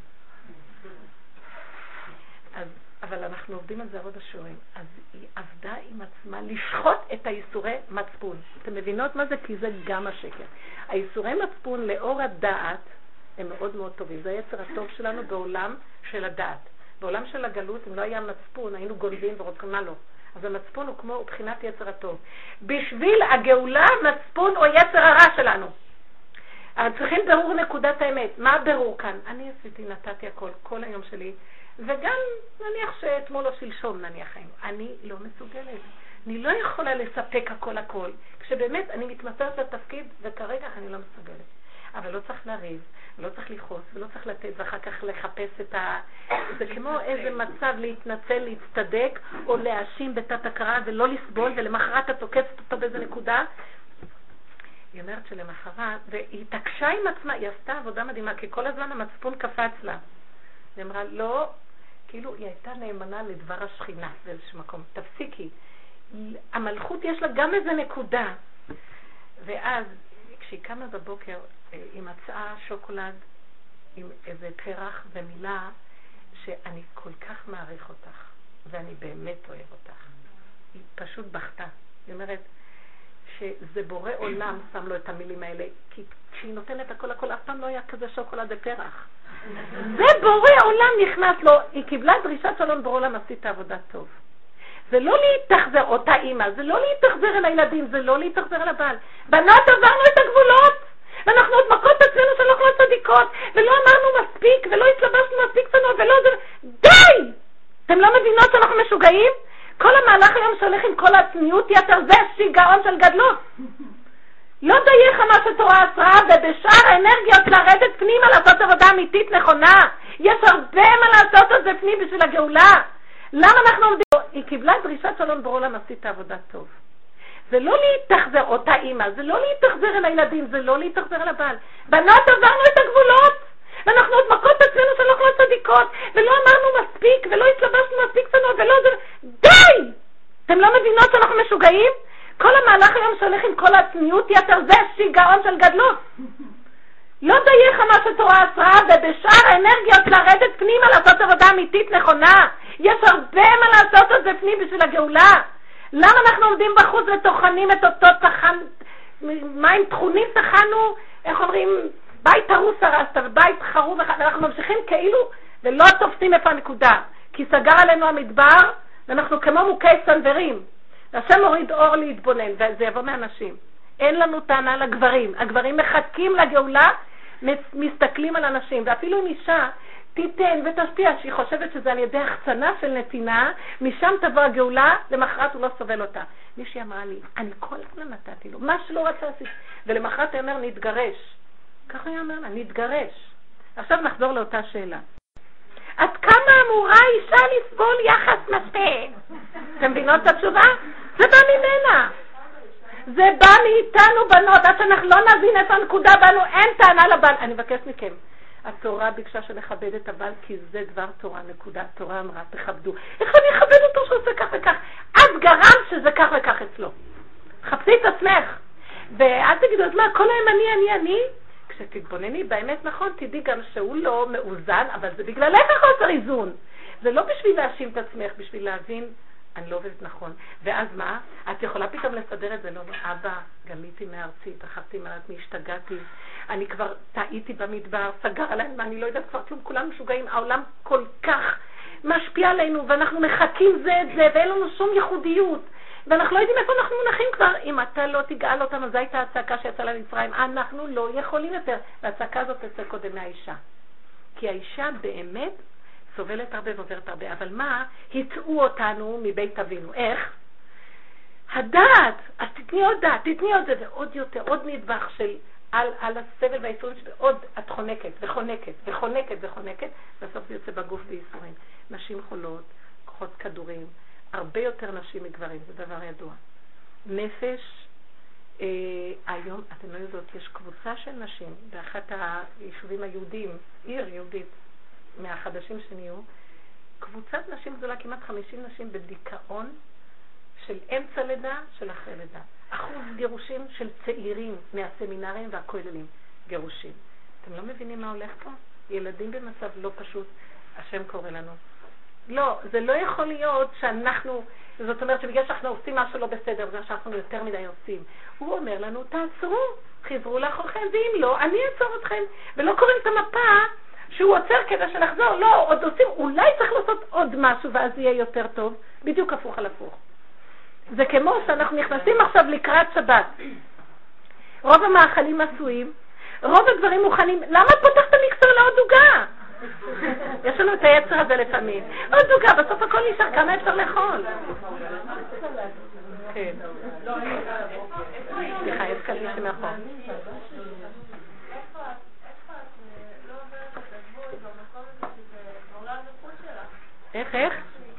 אז, אבל אנחנו עובדים על זה עוד השיעורים. אז היא עבדה עם עצמה לשחוט את הייסורי מצפון. אתם מבינות מה זה? כי זה גם השקר. הייסורי מצפון לאור הדעת, הם מאוד מאוד טובים. זה היצר הטוב שלנו בעולם של הדעת. בעולם של הגלות, אם לא היה מצפון, היינו גונבים ורוצים מה לא. אז המצפון הוא כמו בחינת יצר הטוב. בשביל הגאולה, מצפון או יצר הרע שלנו. אבל צריכים ברור נקודת האמת. מה הברור כאן? אני עשיתי, נתתי הכל, כל היום שלי, וגם נניח שאתמול או שלשום נניח היינו. אני לא מסוגלת. אני לא יכולה לספק הכל הכל. כשבאמת אני מתמסרת לתפקיד, וכרגע אני לא מסוגלת. אבל לא צריך להריב, לא צריך לכעוס, ולא צריך לתת, ואחר כך לחפש את ה... זה כמו איזה מצב להתנצל, להצטדק, או להאשים בתת הכרה, ולא לסבול, ולמחרת את תוקצת אותה באיזה נקודה. היא אומרת שלמחרת, והיא התעקשה עם עצמה, היא עשתה עבודה מדהימה, כי כל הזמן המצפון קפץ לה. היא אמרה, לא, כאילו היא הייתה נאמנה לדבר השכינה באיזשהו מקום. תפסיקי. המלכות יש לה גם איזה נקודה. ואז, כשהיא קמה בבוקר, היא מצאה שוקולד עם איזה פרח ומילה שאני כל כך מעריך אותך, ואני באמת אוהב אותך. היא פשוט בכתה. היא אומרת שזה בורא עולם שם לו את המילים האלה, כי כשהיא נותנת הכל הכל, אף פעם לא היה כזה שוקולד ופרח. זה בורא עולם נכנס לו, היא קיבלה דרישת שלום, בורא עולם עשית עבודה טוב. זה לא להתחזר, אותה אימא, זה לא להתחזר אל הילדים, זה לא להתחזר אל הבעל. בנות עברנו את הגבולות, ואנחנו עוד מכות עצמנו שאנחנו לא צדיקות, ולא אמרנו מספיק, ולא התלבשנו מספיק צנות, ולא זה... די! אתם לא מבינות שאנחנו משוגעים? כל המהלך היום שהולך עם כל הצניעות יתר, זה שיגעון של גדלות. לא דייך מה שתורה עשרה, ובשאר האנרגיות לרדת פנימה לעשות עבודה אמיתית נכונה. יש הרבה מה לעשות על זה פנים בשביל הגאולה. למה אנחנו עומדים? היא קיבלה דרישת שלום, בורא עולם עשית עבודה טוב. זה לא להתחזר, אותה אימא, זה לא להתחזר אל הילדים, זה לא להתחזר אל הבעל. בנות עברנו את הגבולות, ואנחנו עוד מכות עצמנו שאנחנו לא צדיקות, ולא אמרנו מספיק, ולא התלבשנו מספיק צנות, ולא זה... די! אתם לא מבינות שאנחנו משוגעים? כל המהלך היום שהולך עם כל הצניעות יתר, זה שיגעון של גדלות. לא דייך מה שתורה עשרה, ובשאר האנרגיות לרדת פנימה לעשות עבודה אמיתית נכונה. יש הרבה מה לעשות על זה פנים בשביל הגאולה. למה אנחנו עומדים בחוץ וטוחנים את אותו טחן, מים טחונים טחנו, איך אומרים, בית הרוס הרסת ובית חרוב, ואנחנו ממשיכים כאילו ולא תופסים איפה הנקודה, כי סגר עלינו המדבר ואנחנו כמו מוכי סנדרים. השם מוריד אור להתבונן, וזה יבוא מאנשים. אין לנו טענה לגברים, הגברים מחכים לגאולה, מסתכלים על אנשים, ואפילו אם אישה תיתן ותשפיע שהיא חושבת שזה על ידי החצנה של נתינה, משם תבוא הגאולה, למחרת הוא לא סובל אותה. מישהי אמרה לי, אני כל הזמן נתתי לו, מה שלא רצה עשית. ולמחרת הוא אומר, נתגרש. ככה הוא אומר לה, נתגרש. עכשיו נחזור לאותה שאלה. עד כמה אמורה אישה לסבול יחס מפה? אתם מבינות את התשובה? זה בא ממנה. זה בא מאיתנו בנות, עד שאנחנו לא נבין איפה הנקודה בנו, אין טענה לבן. אני מבקש מכם. התורה ביקשה שנכבד את הבעל, כי זה דבר תורה, נקודה. התורה אמרה, תכבדו. איך אני אכבד אותו שעושה כך וכך? אז גרם שזה כך וכך אצלו. חפשי את עצמך. ואז תגידו, אז מה, כל היום אני, אני, אני? כשתתבונני, באמת נכון, תדעי גם שהוא לא מאוזן, אבל זה בגללך חוסר איזון. זה לא בשביל להאשים את עצמך, בשביל להבין, אני לא עובדת נכון. ואז מה? את יכולה פתאום לסדר את זה, לא, אבא, גליתי מארצי, תחפתי מעט מהשתגעתי, אני כבר טעיתי במדבר, סגר עליהם, אני לא יודעת כבר כלום, כולם משוגעים, העולם כל כך משפיע עלינו, ואנחנו מחכים זה את זה, ואין לנו שום ייחודיות, ואנחנו לא יודעים איפה אנחנו מונחים כבר. אם אתה לא תגאל אותנו, זו הייתה הצעקה שיצאה למצרים, אנחנו לא יכולים יותר, והצעקה הזאת תצא קודם מהאישה. כי האישה באמת סובלת הרבה ועוברת הרבה. אבל מה? היטעו אותנו מבית אבינו. איך? הדעת! אז תתני עוד דעת, תתני עוד זה, ועוד יותר, עוד נדבך של על, על הסבל והאיסורים, ועוד את חונקת וחונקת וחונקת וחונקת, בסוף זה יוצא בגוף ואיסורים. נשים חולות, כוחות כדורים, הרבה יותר נשים מגברים, זה דבר ידוע. נפש, אה, היום, אתם לא יודעות, יש קבוצה של נשים, באחת היישובים היהודיים, עיר יהודית, מהחדשים שנהיו, קבוצת נשים גדולה, כמעט חמישים נשים בדיכאון, של אמצע לידה, של אחרי לידה. אחוז גירושים של צעירים מהסמינרים והכוללים. גירושים. אתם לא מבינים מה הולך פה? ילדים במצב לא פשוט, השם קורא לנו. לא, זה לא יכול להיות שאנחנו, זאת אומרת שבגלל שאנחנו עושים משהו לא בסדר, בגלל שאנחנו יותר מדי עושים. הוא אומר לנו, תעצרו, חזרו לאחורכם, ואם לא, אני אעצור אתכם. ולא קוראים את המפה שהוא עוצר כדי שנחזור. לא, עוד עושים, אולי צריך לעשות עוד משהו ואז יהיה יותר טוב. בדיוק הפוך על הפוך. זה כמו שאנחנו נכנסים עכשיו לקראת שבת. רוב המאכלים עשויים, רוב הדברים מוכנים. למה את פותחת המיקסר לעוד דוגה? יש לנו את היצר הזה לפעמים. עוד דוגה, בסוף הכל נשאר, כמה אפשר לאכול? כן. סליחה, יש כאן מישהו מאחור. איך, איך?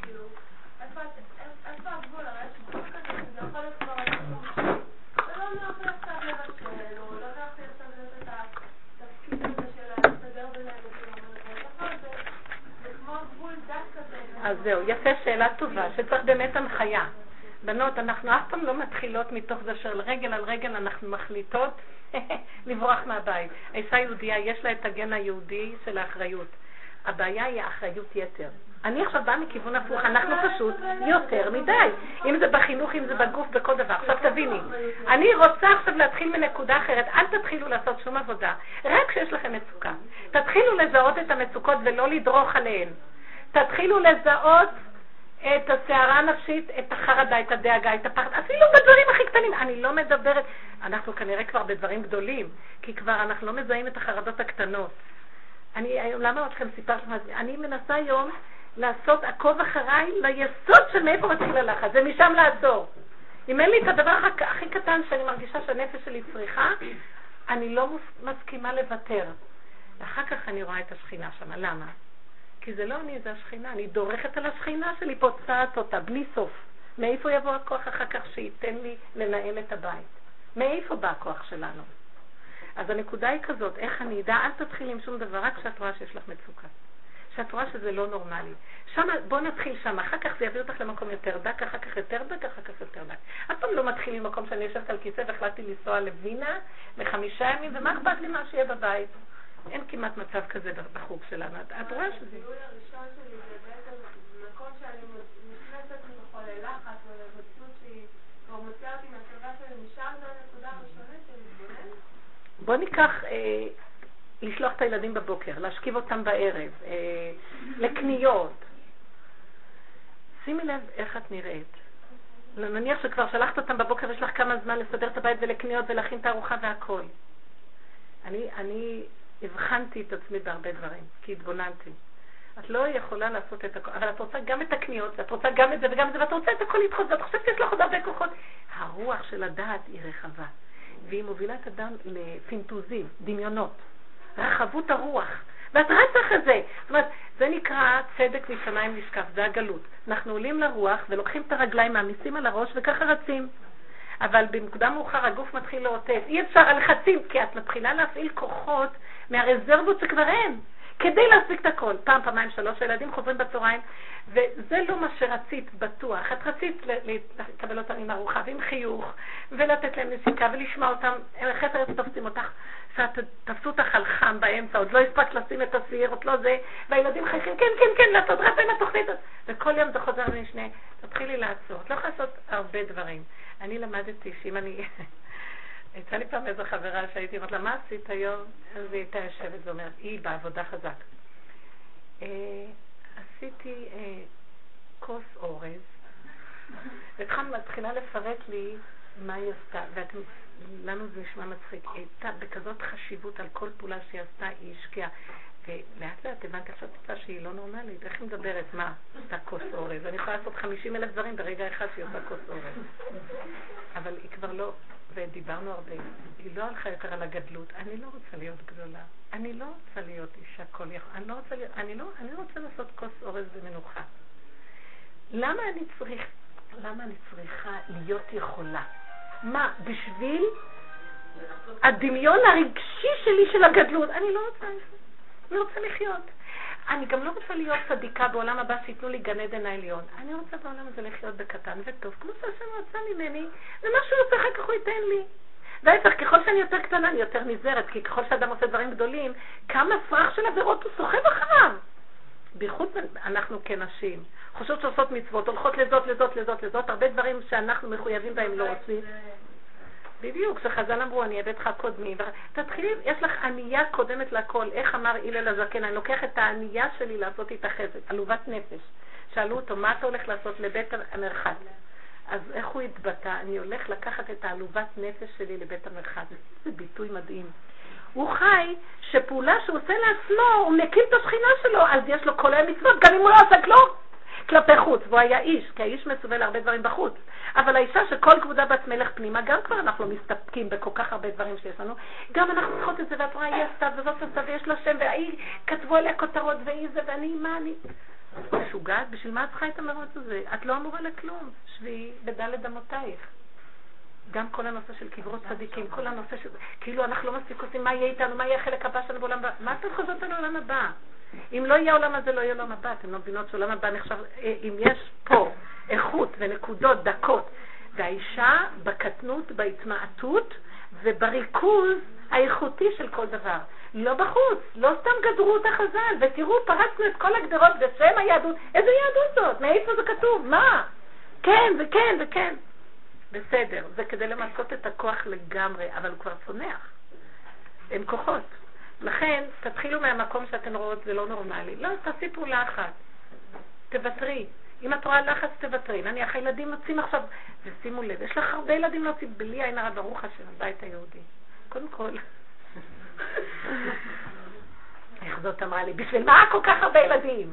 אז זהו, יפה, שאלה טובה, שצריך באמת הנחיה. בנות, אנחנו אף פעם לא מתחילות מתוך זה של רגל על רגל, אנחנו מחליטות לברוח מהבית. האישה יהודיה, יש לה את הגן היהודי של האחריות. הבעיה היא האחריות יתר. אני עכשיו באה מכיוון הפוך, אנחנו פשוט יותר מדי. אם זה בחינוך, אם זה בגוף, בכל דבר. עכשיו תביני, אני רוצה עכשיו להתחיל מנקודה אחרת. אל תתחילו לעשות שום עבודה. רק כשיש לכם מצוקה. תתחילו לזהות את המצוקות ולא לדרוך עליהן. תתחילו לזהות את הסערה הנפשית, את החרדה, את הדאגה, את הפחד, אפילו בדברים הכי קטנים. אני לא מדברת, אנחנו כנראה כבר בדברים גדולים, כי כבר אנחנו לא מזהים את החרדות הקטנות. אני, למה אתכם סיפר לכם? אני מנסה היום לעשות עקוב אחריי ליסוד של מאיפה מתחיל הלחץ, זה משם לעצור. אם אין לי את הדבר הכי קטן שאני מרגישה שהנפש שלי צריכה, אני לא מסכימה לוותר. ואחר כך אני רואה את השכינה שם. למה? כי זה לא אני, זה השכינה. אני דורכת על השכינה שלי, פוצעת אותה, בלי סוף. מאיפה יבוא הכוח אחר כך שייתן לי לנהל את הבית? מאיפה בא הכוח שלנו? אז הנקודה היא כזאת, איך אני אדע, אל תתחיל עם שום דבר, רק כשאת רואה שיש לך מצוקה. שאת רואה שזה לא נורמלי. שם, בוא נתחיל שם, אחר כך זה יביא אותך למקום יותר דק, אחר כך יותר דק, אחר כך יותר דק. אף פעם לא מתחיל עם מקום שאני יושבת על כיסא והחלטתי לנסוע לווינה לחמישה ימים, ומה אכפת לי מה שיהיה בבית? אין כמעט מצב כזה בחוג שלנו. את רואה שזה? הביאוי הראשון שלי זה בעצם מקום שאני נכנסת מתוכו ללחץ או לבצות שהיא כבר מוצאה אותי מהסביבה שלי, משם זו הנקודה הראשונית של להתבונן. בוא ניקח אה, לשלוח את הילדים בבוקר, להשכיב אותם בערב, אה, לקניות. שימי לב איך את נראית. נניח שכבר שלחת אותם בבוקר, יש לך כמה זמן לסדר את הבית ולקניות ולהכין את הארוחה והכל. אני, אני הבחנתי את עצמי בהרבה דברים, כי התבוננתי. את לא יכולה לעשות את הכל, אבל את רוצה גם את הקניות, ואת רוצה גם את זה וגם את זה, ואת רוצה את הכל לדחות, ואת חושבת שיש לך עוד הרבה כוחות. הרוח של הדעת היא רחבה, והיא מובילה את אדם לפינטוזים, דמיונות, רחבות הרוח, ואת רצה אחרי זה. זאת אומרת, זה נקרא צדק משמיים נשקף, זה הגלות. אנחנו עולים לרוח ולוקחים את הרגליים, מעמיסים על הראש וככה רצים. אבל במקודם מאוחר הגוף מתחיל לאותת. אי אפשר על לחצים, כי את מתחילה להפעיל כוחות מהרזרבות שכבר אין, כדי להספיק את הכל. פעם, פעמיים, שלוש, הילדים חוזרים בצהריים, וזה לא מה שרצית בטוח. את רצית לקבל אותם עם ארוחה ועם חיוך, ולתת להם נשיקה ולשמוע אותם, חסר תופסים אותך, שתפסו אותך על חם באמצע, עוד לא הספקת לשים את הסיר, עוד לא זה, והילדים חייכים, כן, כן, כן, לעשות רב עם התוכנית. וכל יום זה חוזר משנה, תתחילי לעצור. את לא יכולה לעשות הרבה דברים. אני למדתי שאם אני... יצא לי פעם איזו חברה שהייתי אומרת לה, מה עשית היום? אז היא הייתה יושבת ואומרת, היא בעבודה חזק. עשיתי כוס אורז, והתחלנו מתחילה לפרט לי מה היא עשתה, ולנו זה נשמע מצחיק. היא הייתה בכזאת חשיבות על כל פעולה שהיא עשתה, היא השקיעה. ולאט לאט הבנתי עכשיו טיפה שהיא לא נורמלית. איך היא מדברת? מה? עשתה כוס אורז. אני יכולה לעשות חמישים אלף דברים ברגע אחד שהיא עושה כוס אורז. אבל היא כבר לא, ודיברנו הרבה, היא לא הלכה יותר על הגדלות. אני לא רוצה להיות גדולה. אני לא רוצה להיות אישה כל יכול. אני לא רוצה להיות, אני לא, אני רוצה לעשות כוס אורז במנוחה. למה אני צריך, למה אני צריכה להיות יכולה? מה? בשביל הדמיון הרגשי שלי של הגדלות. אני לא רוצה, אני רוצה לחיות. אני גם לא רוצה להיות צדיקה בעולם הבא שיתנו לי גן עדן העליון. אני רוצה בעולם הזה לחיות בקטן וטוב, כמו שהשם רצה ממני, ומה שהוא רוצה אחר כך הוא ייתן לי. וההפך, ככל שאני יותר קטנה, אני יותר נזהרת, כי ככל שאדם עושה דברים גדולים, כמה פרח של עבירות הוא סוחב אחריו. בייחוד אנחנו כנשים, חושבות שעושות מצוות, הולכות לזאת, לזאת, לזאת, לזאת, הרבה דברים שאנחנו מחויבים בהם לא עושים. בדיוק, שחז"ל אמרו, אני אבד לך קודמי. תתחילי, יש לך ענייה קודמת לכל. איך אמר הלל הזקן? אני לוקח את הענייה שלי לעשות איתה חסד, עלובת נפש. שאלו אותו, מה אתה הולך לעשות לבית המרחץ? אז איך הוא התבטא? אני הולך לקחת את העלובת נפש שלי לבית המרחץ. זה ביטוי מדהים. הוא חי שפעולה שהוא עושה לעצמו, הוא מקים את השכינה שלו, אז יש לו כל המצוות, גם אם הוא לא עושה כלום. כלפי חוץ, והוא היה איש, כי האיש מסובל להרבה דברים בחוץ. אבל האישה שכל כבודה בת מלך פנימה, גם כבר אנחנו מסתפקים בכל כך הרבה דברים שיש לנו, גם אנחנו צריכות את זה, ואת רואה, היא עשתה וזאת עשתה, ויש לה שם, והיא כתבו עליה כותרות, והיא זה, ואני, מה אני? משוגעת, בשביל מה את צריכה את המרוץ הזה? את לא אמורה לכלום, שבי בדלת אמותייך. גם כל הנושא של קברות צדיקים, כל הנושא של, כאילו אנחנו לא מספיק עושים מה יהיה איתנו, מה יהיה החלק הבא שלנו בעולם הבא. מה אתם חוזרות על העולם הבא? אם לא יהיה העולם הזה, לא יהיה עולם הבא. אתם לא מבינות שעולם הבא נחשב, אם יש פה איכות ונקודות דקות, והאישה בקטנות, בהתמעטות ובריכוז האיכותי של כל דבר. לא בחוץ, לא סתם גדרו את החז"ל, ותראו, פרצנו את כל הגדרות בשם היהדות. איזה יהדות זאת? מאיפה זה כתוב? מה? כן וכן וכן. בסדר, זה כדי למצות את הכוח לגמרי, אבל הוא כבר צונח. הם כוחות. לכן, תתחילו מהמקום שאתן רואות, זה לא נורמלי. לא, תעשי פעולה אחת. תוותרי. אם את רואה לחץ, תוותרי. נניח, הילדים יוצאים עכשיו, ושימו לב, יש לך הרבה ילדים להוציא, בלי עין הרע ברוך השם, הבית היהודי. קודם כל. איך זאת אמרה לי? בשביל מה כל כך הרבה ילדים?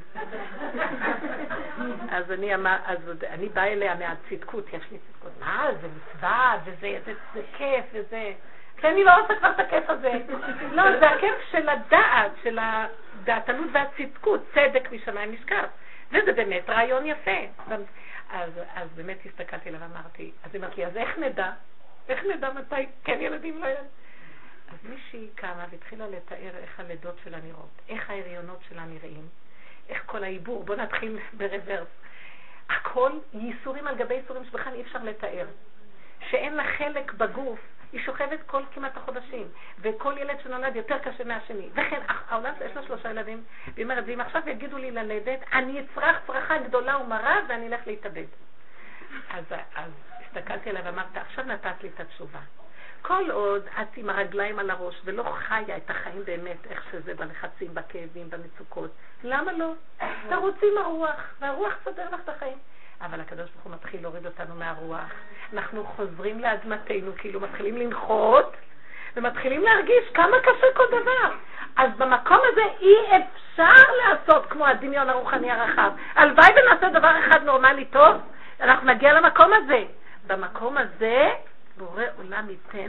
אז אני אמר, אז אני באה אליה מהצדקות, יש לי צדקות. מה, זה מצווה, וזה, זה, זה כיף, וזה... כי אני לא עושה כבר את הכיף הזה. לא, זה הכיף של הדעת, של הדעתנות והצדקות, צדק משמיים נשכח. וזה באמת רעיון יפה. אז, אז באמת הסתכלתי לה ואמרתי, אז היא אמרת לי, אז איך נדע? איך נדע מתי כן ילדים לא ילדים? אז מישהי קמה והתחילה לתאר איך הלידות שלה נראות, איך ההריונות שלה נראים, איך כל העיבור, בוא נתחיל ברוורס. הכל ייסורים על גבי ייסורים שבכלל אי אפשר לתאר. שאין לה חלק בגוף, היא שוכבת כל כמעט החודשים, וכל ילד שנולד יותר קשה מהשני. וכן, העולם יש לה שלושה ילדים, והיא אומרת, ואם עכשיו יגידו לי ללדת, אני אצרח צרחה גדולה ומרה, ואני אלך להתאבד. אז, אז הסתכלתי עליה ואמרתי, עכשיו נתת לי את התשובה. כל עוד את עם הרגליים על הראש ולא חיה את החיים באמת, איך שזה בלחצים, בכאבים, במצוקות, למה לא? תרוצי עם הרוח, והרוח סדר לך את החיים. אבל הקדוש ברוך הוא מתחיל להוריד אותנו מהרוח. אנחנו חוזרים לאדמתנו, כאילו מתחילים לנחות, ומתחילים להרגיש כמה קשה כל דבר. אז במקום הזה אי אפשר לעשות כמו הדמיון הרוחני הרחב. הלוואי ונעשה דבר אחד נורמלי טוב, אנחנו נגיע למקום הזה. במקום הזה, בורא עולם ייתן,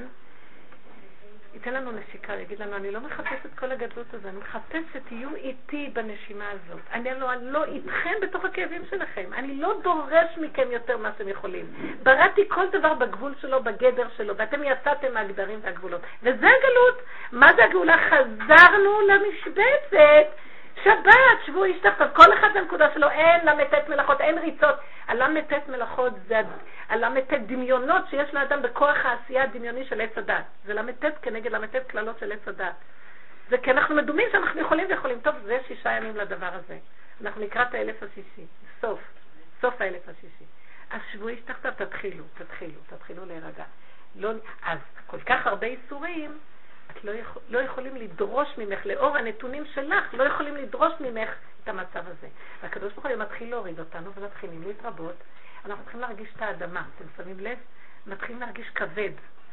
ייתן לנו נשיקה, יגיד לנו, אני לא מחפש את כל הגדלות הזה, אני מחפש שתהיו איתי בנשימה הזאת. אני לא, אני לא איתכם בתוך הכאבים שלכם. אני לא דורש מכם יותר מה שאתם יכולים. בראתי כל דבר בגבול שלו, בגדר שלו, ואתם יצאתם מהגדרים והגבולות. וזה הגלות. מה זה הגאולה? חזרנו למשבצת. שבת, שבוע ישתחתות, כל אחד בנקודה שלו, אין למתת מלאכות, אין ריצות. הלמתת מלאכות זה הלמתת דמיונות שיש לאדם בכוח העשייה הדמיוני של עץ הדת. זה למתת כנגד למתת כללות של עץ הדת. זה כי אנחנו מדומים שאנחנו יכולים ויכולים. טוב, זה שישה ימים לדבר הזה. אנחנו נקרא את האלף השישי. סוף. סוף האלף השישי. אז שבוע ישתחתות, תתחילו, תתחילו, תתחילו להירגע. לא, אז כל כך הרבה איסורים, את לא, יכול, לא יכולים לדרוש ממך, לאור הנתונים שלך, לא יכולים לדרוש ממך את המצב הזה. והקדוש ברוך הוא מתחיל להוריד אותנו, ומתחילים להתרבות. אנחנו מתחילים להרגיש את האדמה, אתם שמים לב? מתחילים להרגיש כבד.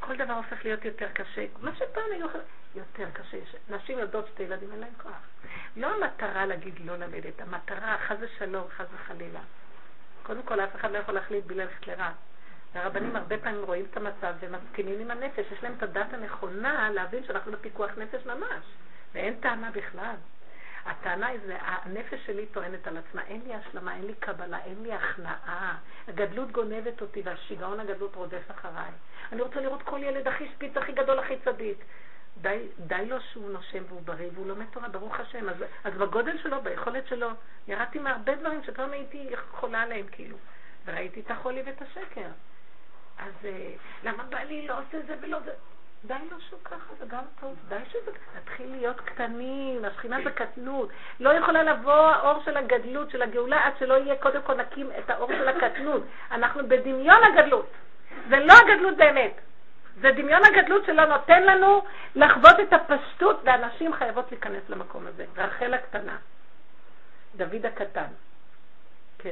כל דבר הופך להיות יותר קשה. מה שפעם היו יותר קשה. נשים יודעות שתי ילדים, אין להם כוח. לא המטרה להגיד לא ללדת, המטרה, חס ושלום, חס וחלילה. קודם כל, אף אחד לא יכול להחליט בלי ללכת לרע. והרבנים הרבה פעמים רואים את המצב ומסכימים עם הנפש. יש להם את הדת הנכונה להבין שאנחנו בפיקוח נפש ממש. ואין טענה בכלל. הטענה היא זה, הנפש שלי טוענת על עצמה, אין לי השלמה, אין לי קבלה, אין לי הכנעה. הגדלות גונבת אותי והשיגעון הגדלות רודף אחריי. אני רוצה לראות כל ילד הכי שפיץ, הכי גדול, הכי צדיק. די, די לו שהוא נושם והוא בריא והוא לומד תורה, ברוך השם. אז, אז בגודל שלו, ביכולת שלו, ירדתי מהרבה דברים שפעם הייתי חולה עליהם כאילו. וראיתי את החולי ואת השקר. אז למה בא לי לא עושה זה ולא זה? די לו שהוא ככה, זה גם טוב. די שזה תתחיל להיות קטנים, השכינה זה קטנות. לא יכולה לבוא האור של הגדלות, של הגאולה, עד שלא יהיה קודם כל נקים את האור של הקטנות. אנחנו בדמיון הגדלות. זה לא הגדלות באמת. זה דמיון הגדלות שלא נותן לנו לחוות את הפשטות, ואנשים חייבות להיכנס למקום הזה. רחל הקטנה. דוד הקטן. כן.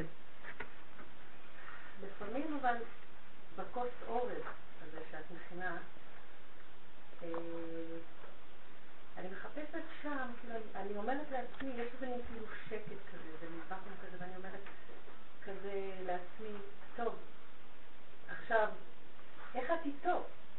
לפעמים אבל בכוס אורז הזה שאת מכינה, אני מחפשת שם, אני אומרת לעצמי, יש איזה מין כאילו שקט כזה, ומזבחנו כזה, ואני אומרת כזה לעצמי, טוב, עכשיו, איך את איתו?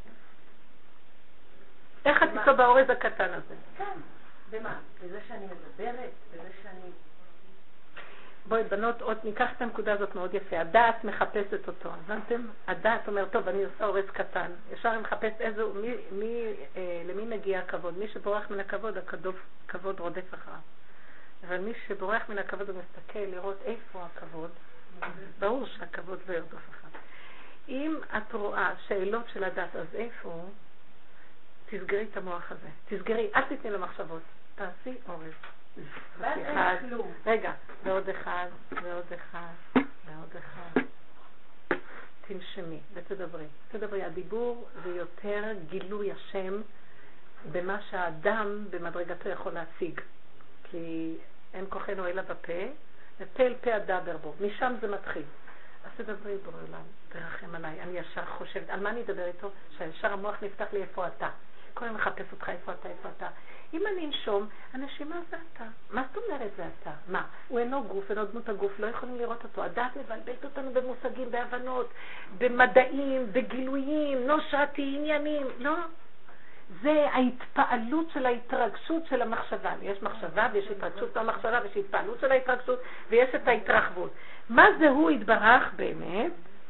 איך את איתו באורז הקטן הזה? כן, במה? בזה שאני מדברת, בזה שאני... בואי בנות, עוד ניקח את הנקודה הזאת מאוד יפה. הדעת מחפשת אותו, הבנתם? הדעת אומר, טוב, אני עושה אורז קטן. ישר אני מחפש איזו, מי, מי, אה, למי מגיע הכבוד? מי שבורח מן הכבוד, הכבוד, הכבוד רודף אחריו. אבל מי שבורח מן הכבוד הוא מסתכל לראות איפה הכבוד. ברור שהכבוד לא ירדוף אחריו. אם את רואה שאלות של הדעת, אז איפה? תסגרי את המוח הזה. תסגרי, אל תתני לו מחשבות. תעשי אורז. אחד, רגע, ועוד אחד, ועוד אחד, ועוד אחד. תנשמי ותדברי. תדברי, הדיבור זה יותר גילוי השם במה שהאדם במדרגתו יכול להשיג. כי אין כוחנו אלא בפה, ופה אל פה הדבר בו. משם זה מתחיל. אז תדברי בורא עולם, תרחם עליי. אני ישר חושבת, על מה אני אדבר איתו? שהישר המוח נפתח לי איפה אתה. כל הזמן מחפש אותך איפה אתה, איפה אתה. אם אני אנשום, הנשימה זה אתה. מה זאת אומרת זה אתה? מה? הוא אינו גוף, אינו דמות הגוף, לא יכולים לראות אותו. הדעת מבלבלת אותנו במושגים, בהבנות, במדעים, בגילויים, נושרתי, עניינים. לא. זה ההתפעלות של ההתרגשות של המחשבה. יש מחשבה ויש התרגשות של המחשבה ויש התפעלות של ההתרגשות ויש את ההתרחבות. מה זה הוא התברך באמת?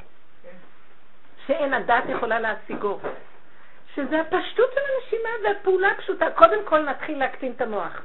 שאין הדעת יכולה להשיגו. שזה הפשטות של הנשימה והפעולה הפשוטה. קודם כל נתחיל להקטין את המוח.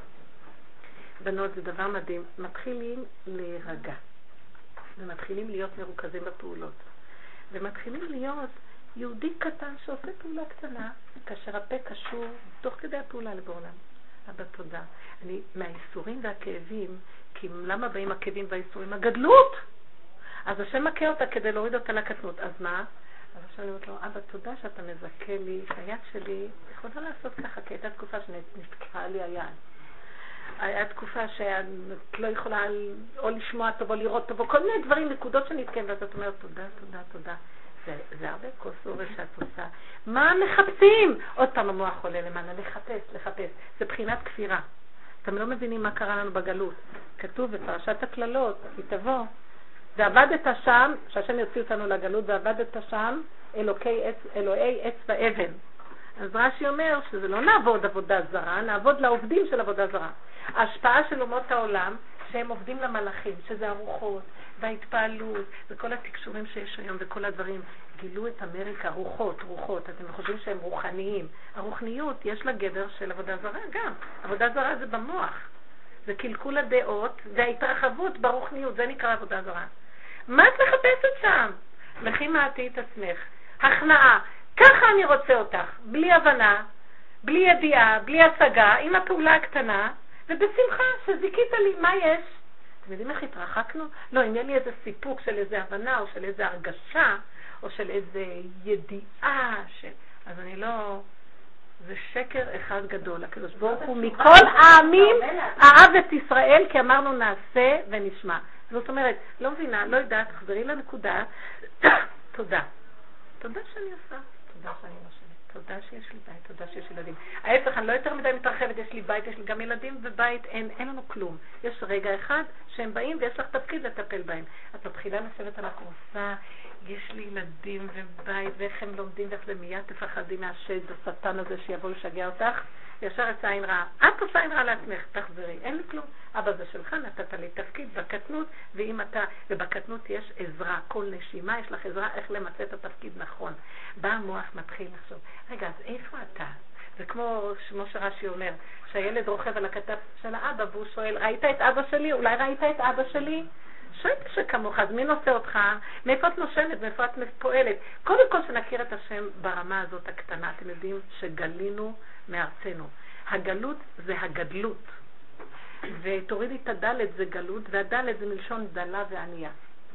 בנות, זה דבר מדהים. מתחילים להירגע. ומתחילים להיות מרוכזים בפעולות. ומתחילים להיות יהודי קטן שעושה פעולה קטנה, כאשר הפה קשור תוך כדי הפעולה לבורלם. אבא, תודה. אני, מהאיסורים והכאבים, כי למה באים הכאבים והאיסורים? הגדלות! אז השם מכה אותה כדי להוריד אותה לקטנות. אז מה? אז עכשיו אני אומרת לו, אבא, תודה שאתה מזכה לי, שהיד שלי יכולה לעשות ככה, כי הייתה תקופה שנתקעה לי היד. הייתה תקופה שאת לא יכולה או לשמוע טוב או לראות טוב, או כל מיני דברים, נקודות שנתקעים, ואז את אומרת, תודה, תודה, תודה. זה, זה הרבה כוסורי שאת עושה. מה מחפשים? עוד פעם המוח עולה למעלה, לחפש, לחפש. זה בחינת כפירה. אתם לא מבינים מה קרה לנו בגלות. כתוב בפרשת הכללות, היא תבוא. ועבדת שם, שהשם יוציא אותנו לגלות, ועבדת שם אלוקי עץ, אלוהי עץ ואבן. אז רש"י אומר שזה לא נעבוד עבודה זרה, נעבוד לעובדים של עבודה זרה. ההשפעה של אומות העולם, שהם עובדים למלאכים, שזה הרוחות וההתפעלות וכל התקשורים שיש היום וכל הדברים, גילו את אמריקה, רוחות, רוחות, אתם חושבים שהם רוחניים. הרוחניות יש לה גדר של עבודה זרה גם. עבודה זרה זה במוח. זה קלקול הדעות, זה ההתרחבות ברוחניות, זה נקרא עבודה זרה. מה את מחפשת שם? לכי מעטי את עצמך. הכנעה. ככה אני רוצה אותך. בלי הבנה, בלי ידיעה, בלי השגה, עם הפעולה הקטנה, ובשמחה שזיקית לי. מה יש? אתם יודעים איך התרחקנו? לא, אם יהיה לי איזה סיפוק של איזה הבנה, או של איזה הרגשה, או של איזה ידיעה, ש... אז אני לא... זה שקר אחד גדול. הקדוש ברוך הוא מכל העמים אהב את ישראל, כי אמרנו נעשה ונשמע. זאת אומרת, לא מבינה, לא יודעת, חזרי לנקודה. תודה. תודה שאני עושה. תודה שאני משנה. שיש לי בית, תודה שיש ילדים. ההפך, אני לא יותר מדי מתרחבת, יש לי בית, יש לי גם ילדים ובית, אין, אין לנו כלום. יש רגע אחד שהם באים ויש לך תפקיד לטפל בהם. את מתחילה לשבת על הכורסה, יש לי ילדים ובית, ואיך הם לומדים ואיך למיד תפחדי מהשד, השטן הזה שיבוא לשגע אותך, ישר יצא עין רעה. את עושה עין רעה לעצמך, תחזרי, אין לי כלום. אבא זה שלך, נתת לי תפקיד בקטנות, ואם אתה, ובקטנות יש עזרה, כל נשימה יש לך עזרה איך למצא את התפקיד נכון. בא המוח מתחיל לחשוב, רגע, אז איפה אתה? זה כמו שמשה רש"י אומר, שהילד רוכב על הכתף של האבא, והוא שואל, ראית את אבא שלי? אולי ראית את אבא שלי? שואלת שכמוך, אז מי נושא אותך? מאיפה את נושמת? מאיפה את פועלת? קודם כל שנכיר את השם ברמה הזאת הקטנה. אתם יודעים שגלינו מארצנו. הגלות זה הגדלות. ותורידי את הדלת זה גלות, והדלת זה מלשון דלה וענייה.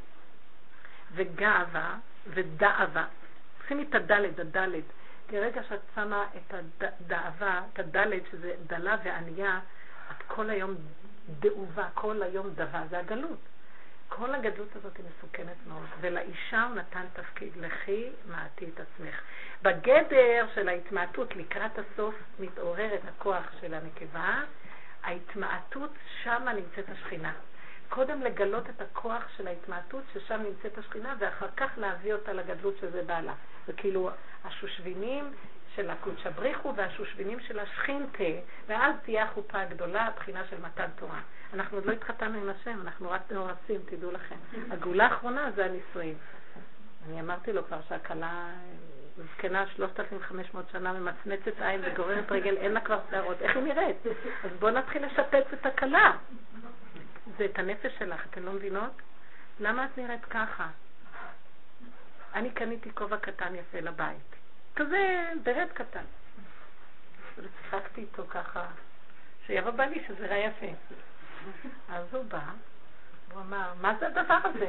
וגאווה ודאווה. שימי את הדלת, הדלת. כי רגע שאת שמה את הדאווה, את הדלת, שזה דלה וענייה, את כל היום דאובה, כל היום דבה. זה הגלות. כל הגדלות הזאת היא מסוכנת מאוד, ולאישה הוא נתן תפקיד, לכי מעטי את עצמך. בגדר של ההתמעטות לקראת הסוף מתעוררת הכוח של הנקבה, ההתמעטות שמה נמצאת השכינה. קודם לגלות את הכוח של ההתמעטות ששם נמצאת השכינה, ואחר כך להביא אותה לגדלות שזה בעלה. וכאילו השושבינים של הקודש הבריחו והשושבינים של השכינתה, ואז תהיה החופה הגדולה, הבחינה של מתן תורה. אנחנו עוד לא התחתנו עם השם, אנחנו רק נורסים, תדעו לכם. הגאולה האחרונה זה הנישואים. אני אמרתי לו כבר שהקלה זקנה שלושת אלפים וחמש מאות שנה ממצמצת עין וגוררת רגל, אין לה כבר שערות. איך היא נראית? אז בואו נתחיל לשפץ את הקלה. זה את הנפש שלך, אתן לא מבינות? למה את נראית ככה? אני קניתי כובע קטן יפה לבית. כזה ברד קטן. וצחקתי איתו ככה, שיבוא בא לי שזה ראה יפה. אז הוא בא, הוא אמר, מה זה הדבר הזה?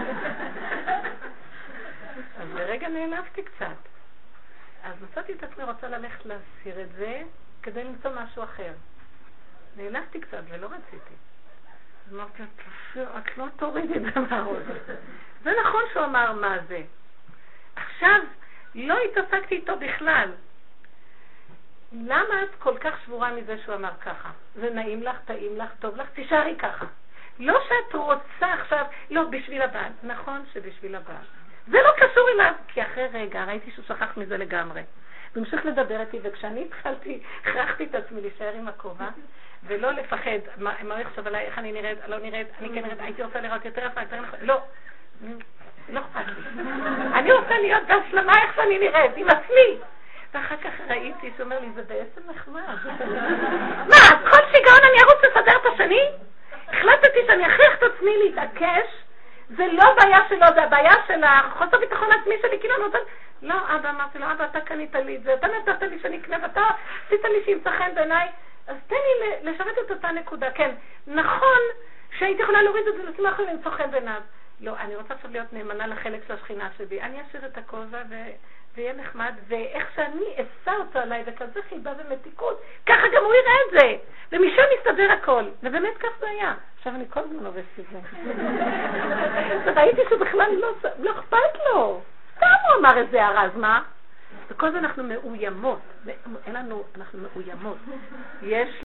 אז לרגע נעלבתי קצת. אז מצאתי את עצמי רוצה ללכת להסיר את זה, כדי למצוא משהו אחר. נעלבתי קצת ולא רציתי. אז אמרתי, את לא תוריד את זה מהראש. זה נכון שהוא אמר מה זה. עכשיו, לא התעסקתי איתו בכלל. למה את כל כך שבורה מזה שהוא אמר ככה? זה נעים לך, טעים לך, טוב לך, תישארי ככה. לא שאת רוצה עכשיו, לא, בשביל הבעל. נכון שבשביל הבעל. זה לא קשור אליו, כי אחרי רגע ראיתי שהוא שכח מזה לגמרי. והמשיך לדבר איתי, וכשאני התחלתי, הכרחתי את עצמי להישאר עם הכובע, ולא לפחד, מה, מה הוא יחשוב עליי, איך אני נראית, לא נראית, אני כן נראית, הייתי רוצה לראות יותר יפה, יותר נכון, לא, לא אכפת לי. אני רוצה להיות בהשלמה איך שאני נראית, עם עצמי. ואחר כך ראיתי שאומר לי, זה בעצם נחמד. מה, כל שיגעון אני ארוץ לסדר את השני? החלטתי שאני אכריח את עצמי להתעקש, זה לא בעיה שלו, זה הבעיה של החוסר ביטחון עצמי שלי, כאילו נותן, לא, אבא, אמרתי לו, אבא, אתה קנית לי את זה, אתה נתת לי שאני אקנה, ואתה עשית לי שימצא חן בעיניי, אז תן לי לשרת את אותה נקודה. כן, נכון שהייתי יכולה להוריד את זה לצמח ולמצוא חן בעיניו. לא, אני רוצה עכשיו להיות נאמנה לחלק של השכינה שלי. אני אשאיר את הכובע ו... ויהיה נחמד, ואיך שאני אשא אותו עליי, וכזה חיבה ומתיקות, ככה גם הוא יראה את זה. ומשם יסתדר הכל. ובאמת כך זה היה. עכשיו אני כל הזמן עובדת את זה. ראיתי שבכלל לא, לא אכפת לו. סתם הוא אמר את זה הרז, מה? וכל זה אנחנו מאוימות. אין לנו, אנחנו מאוימות. יש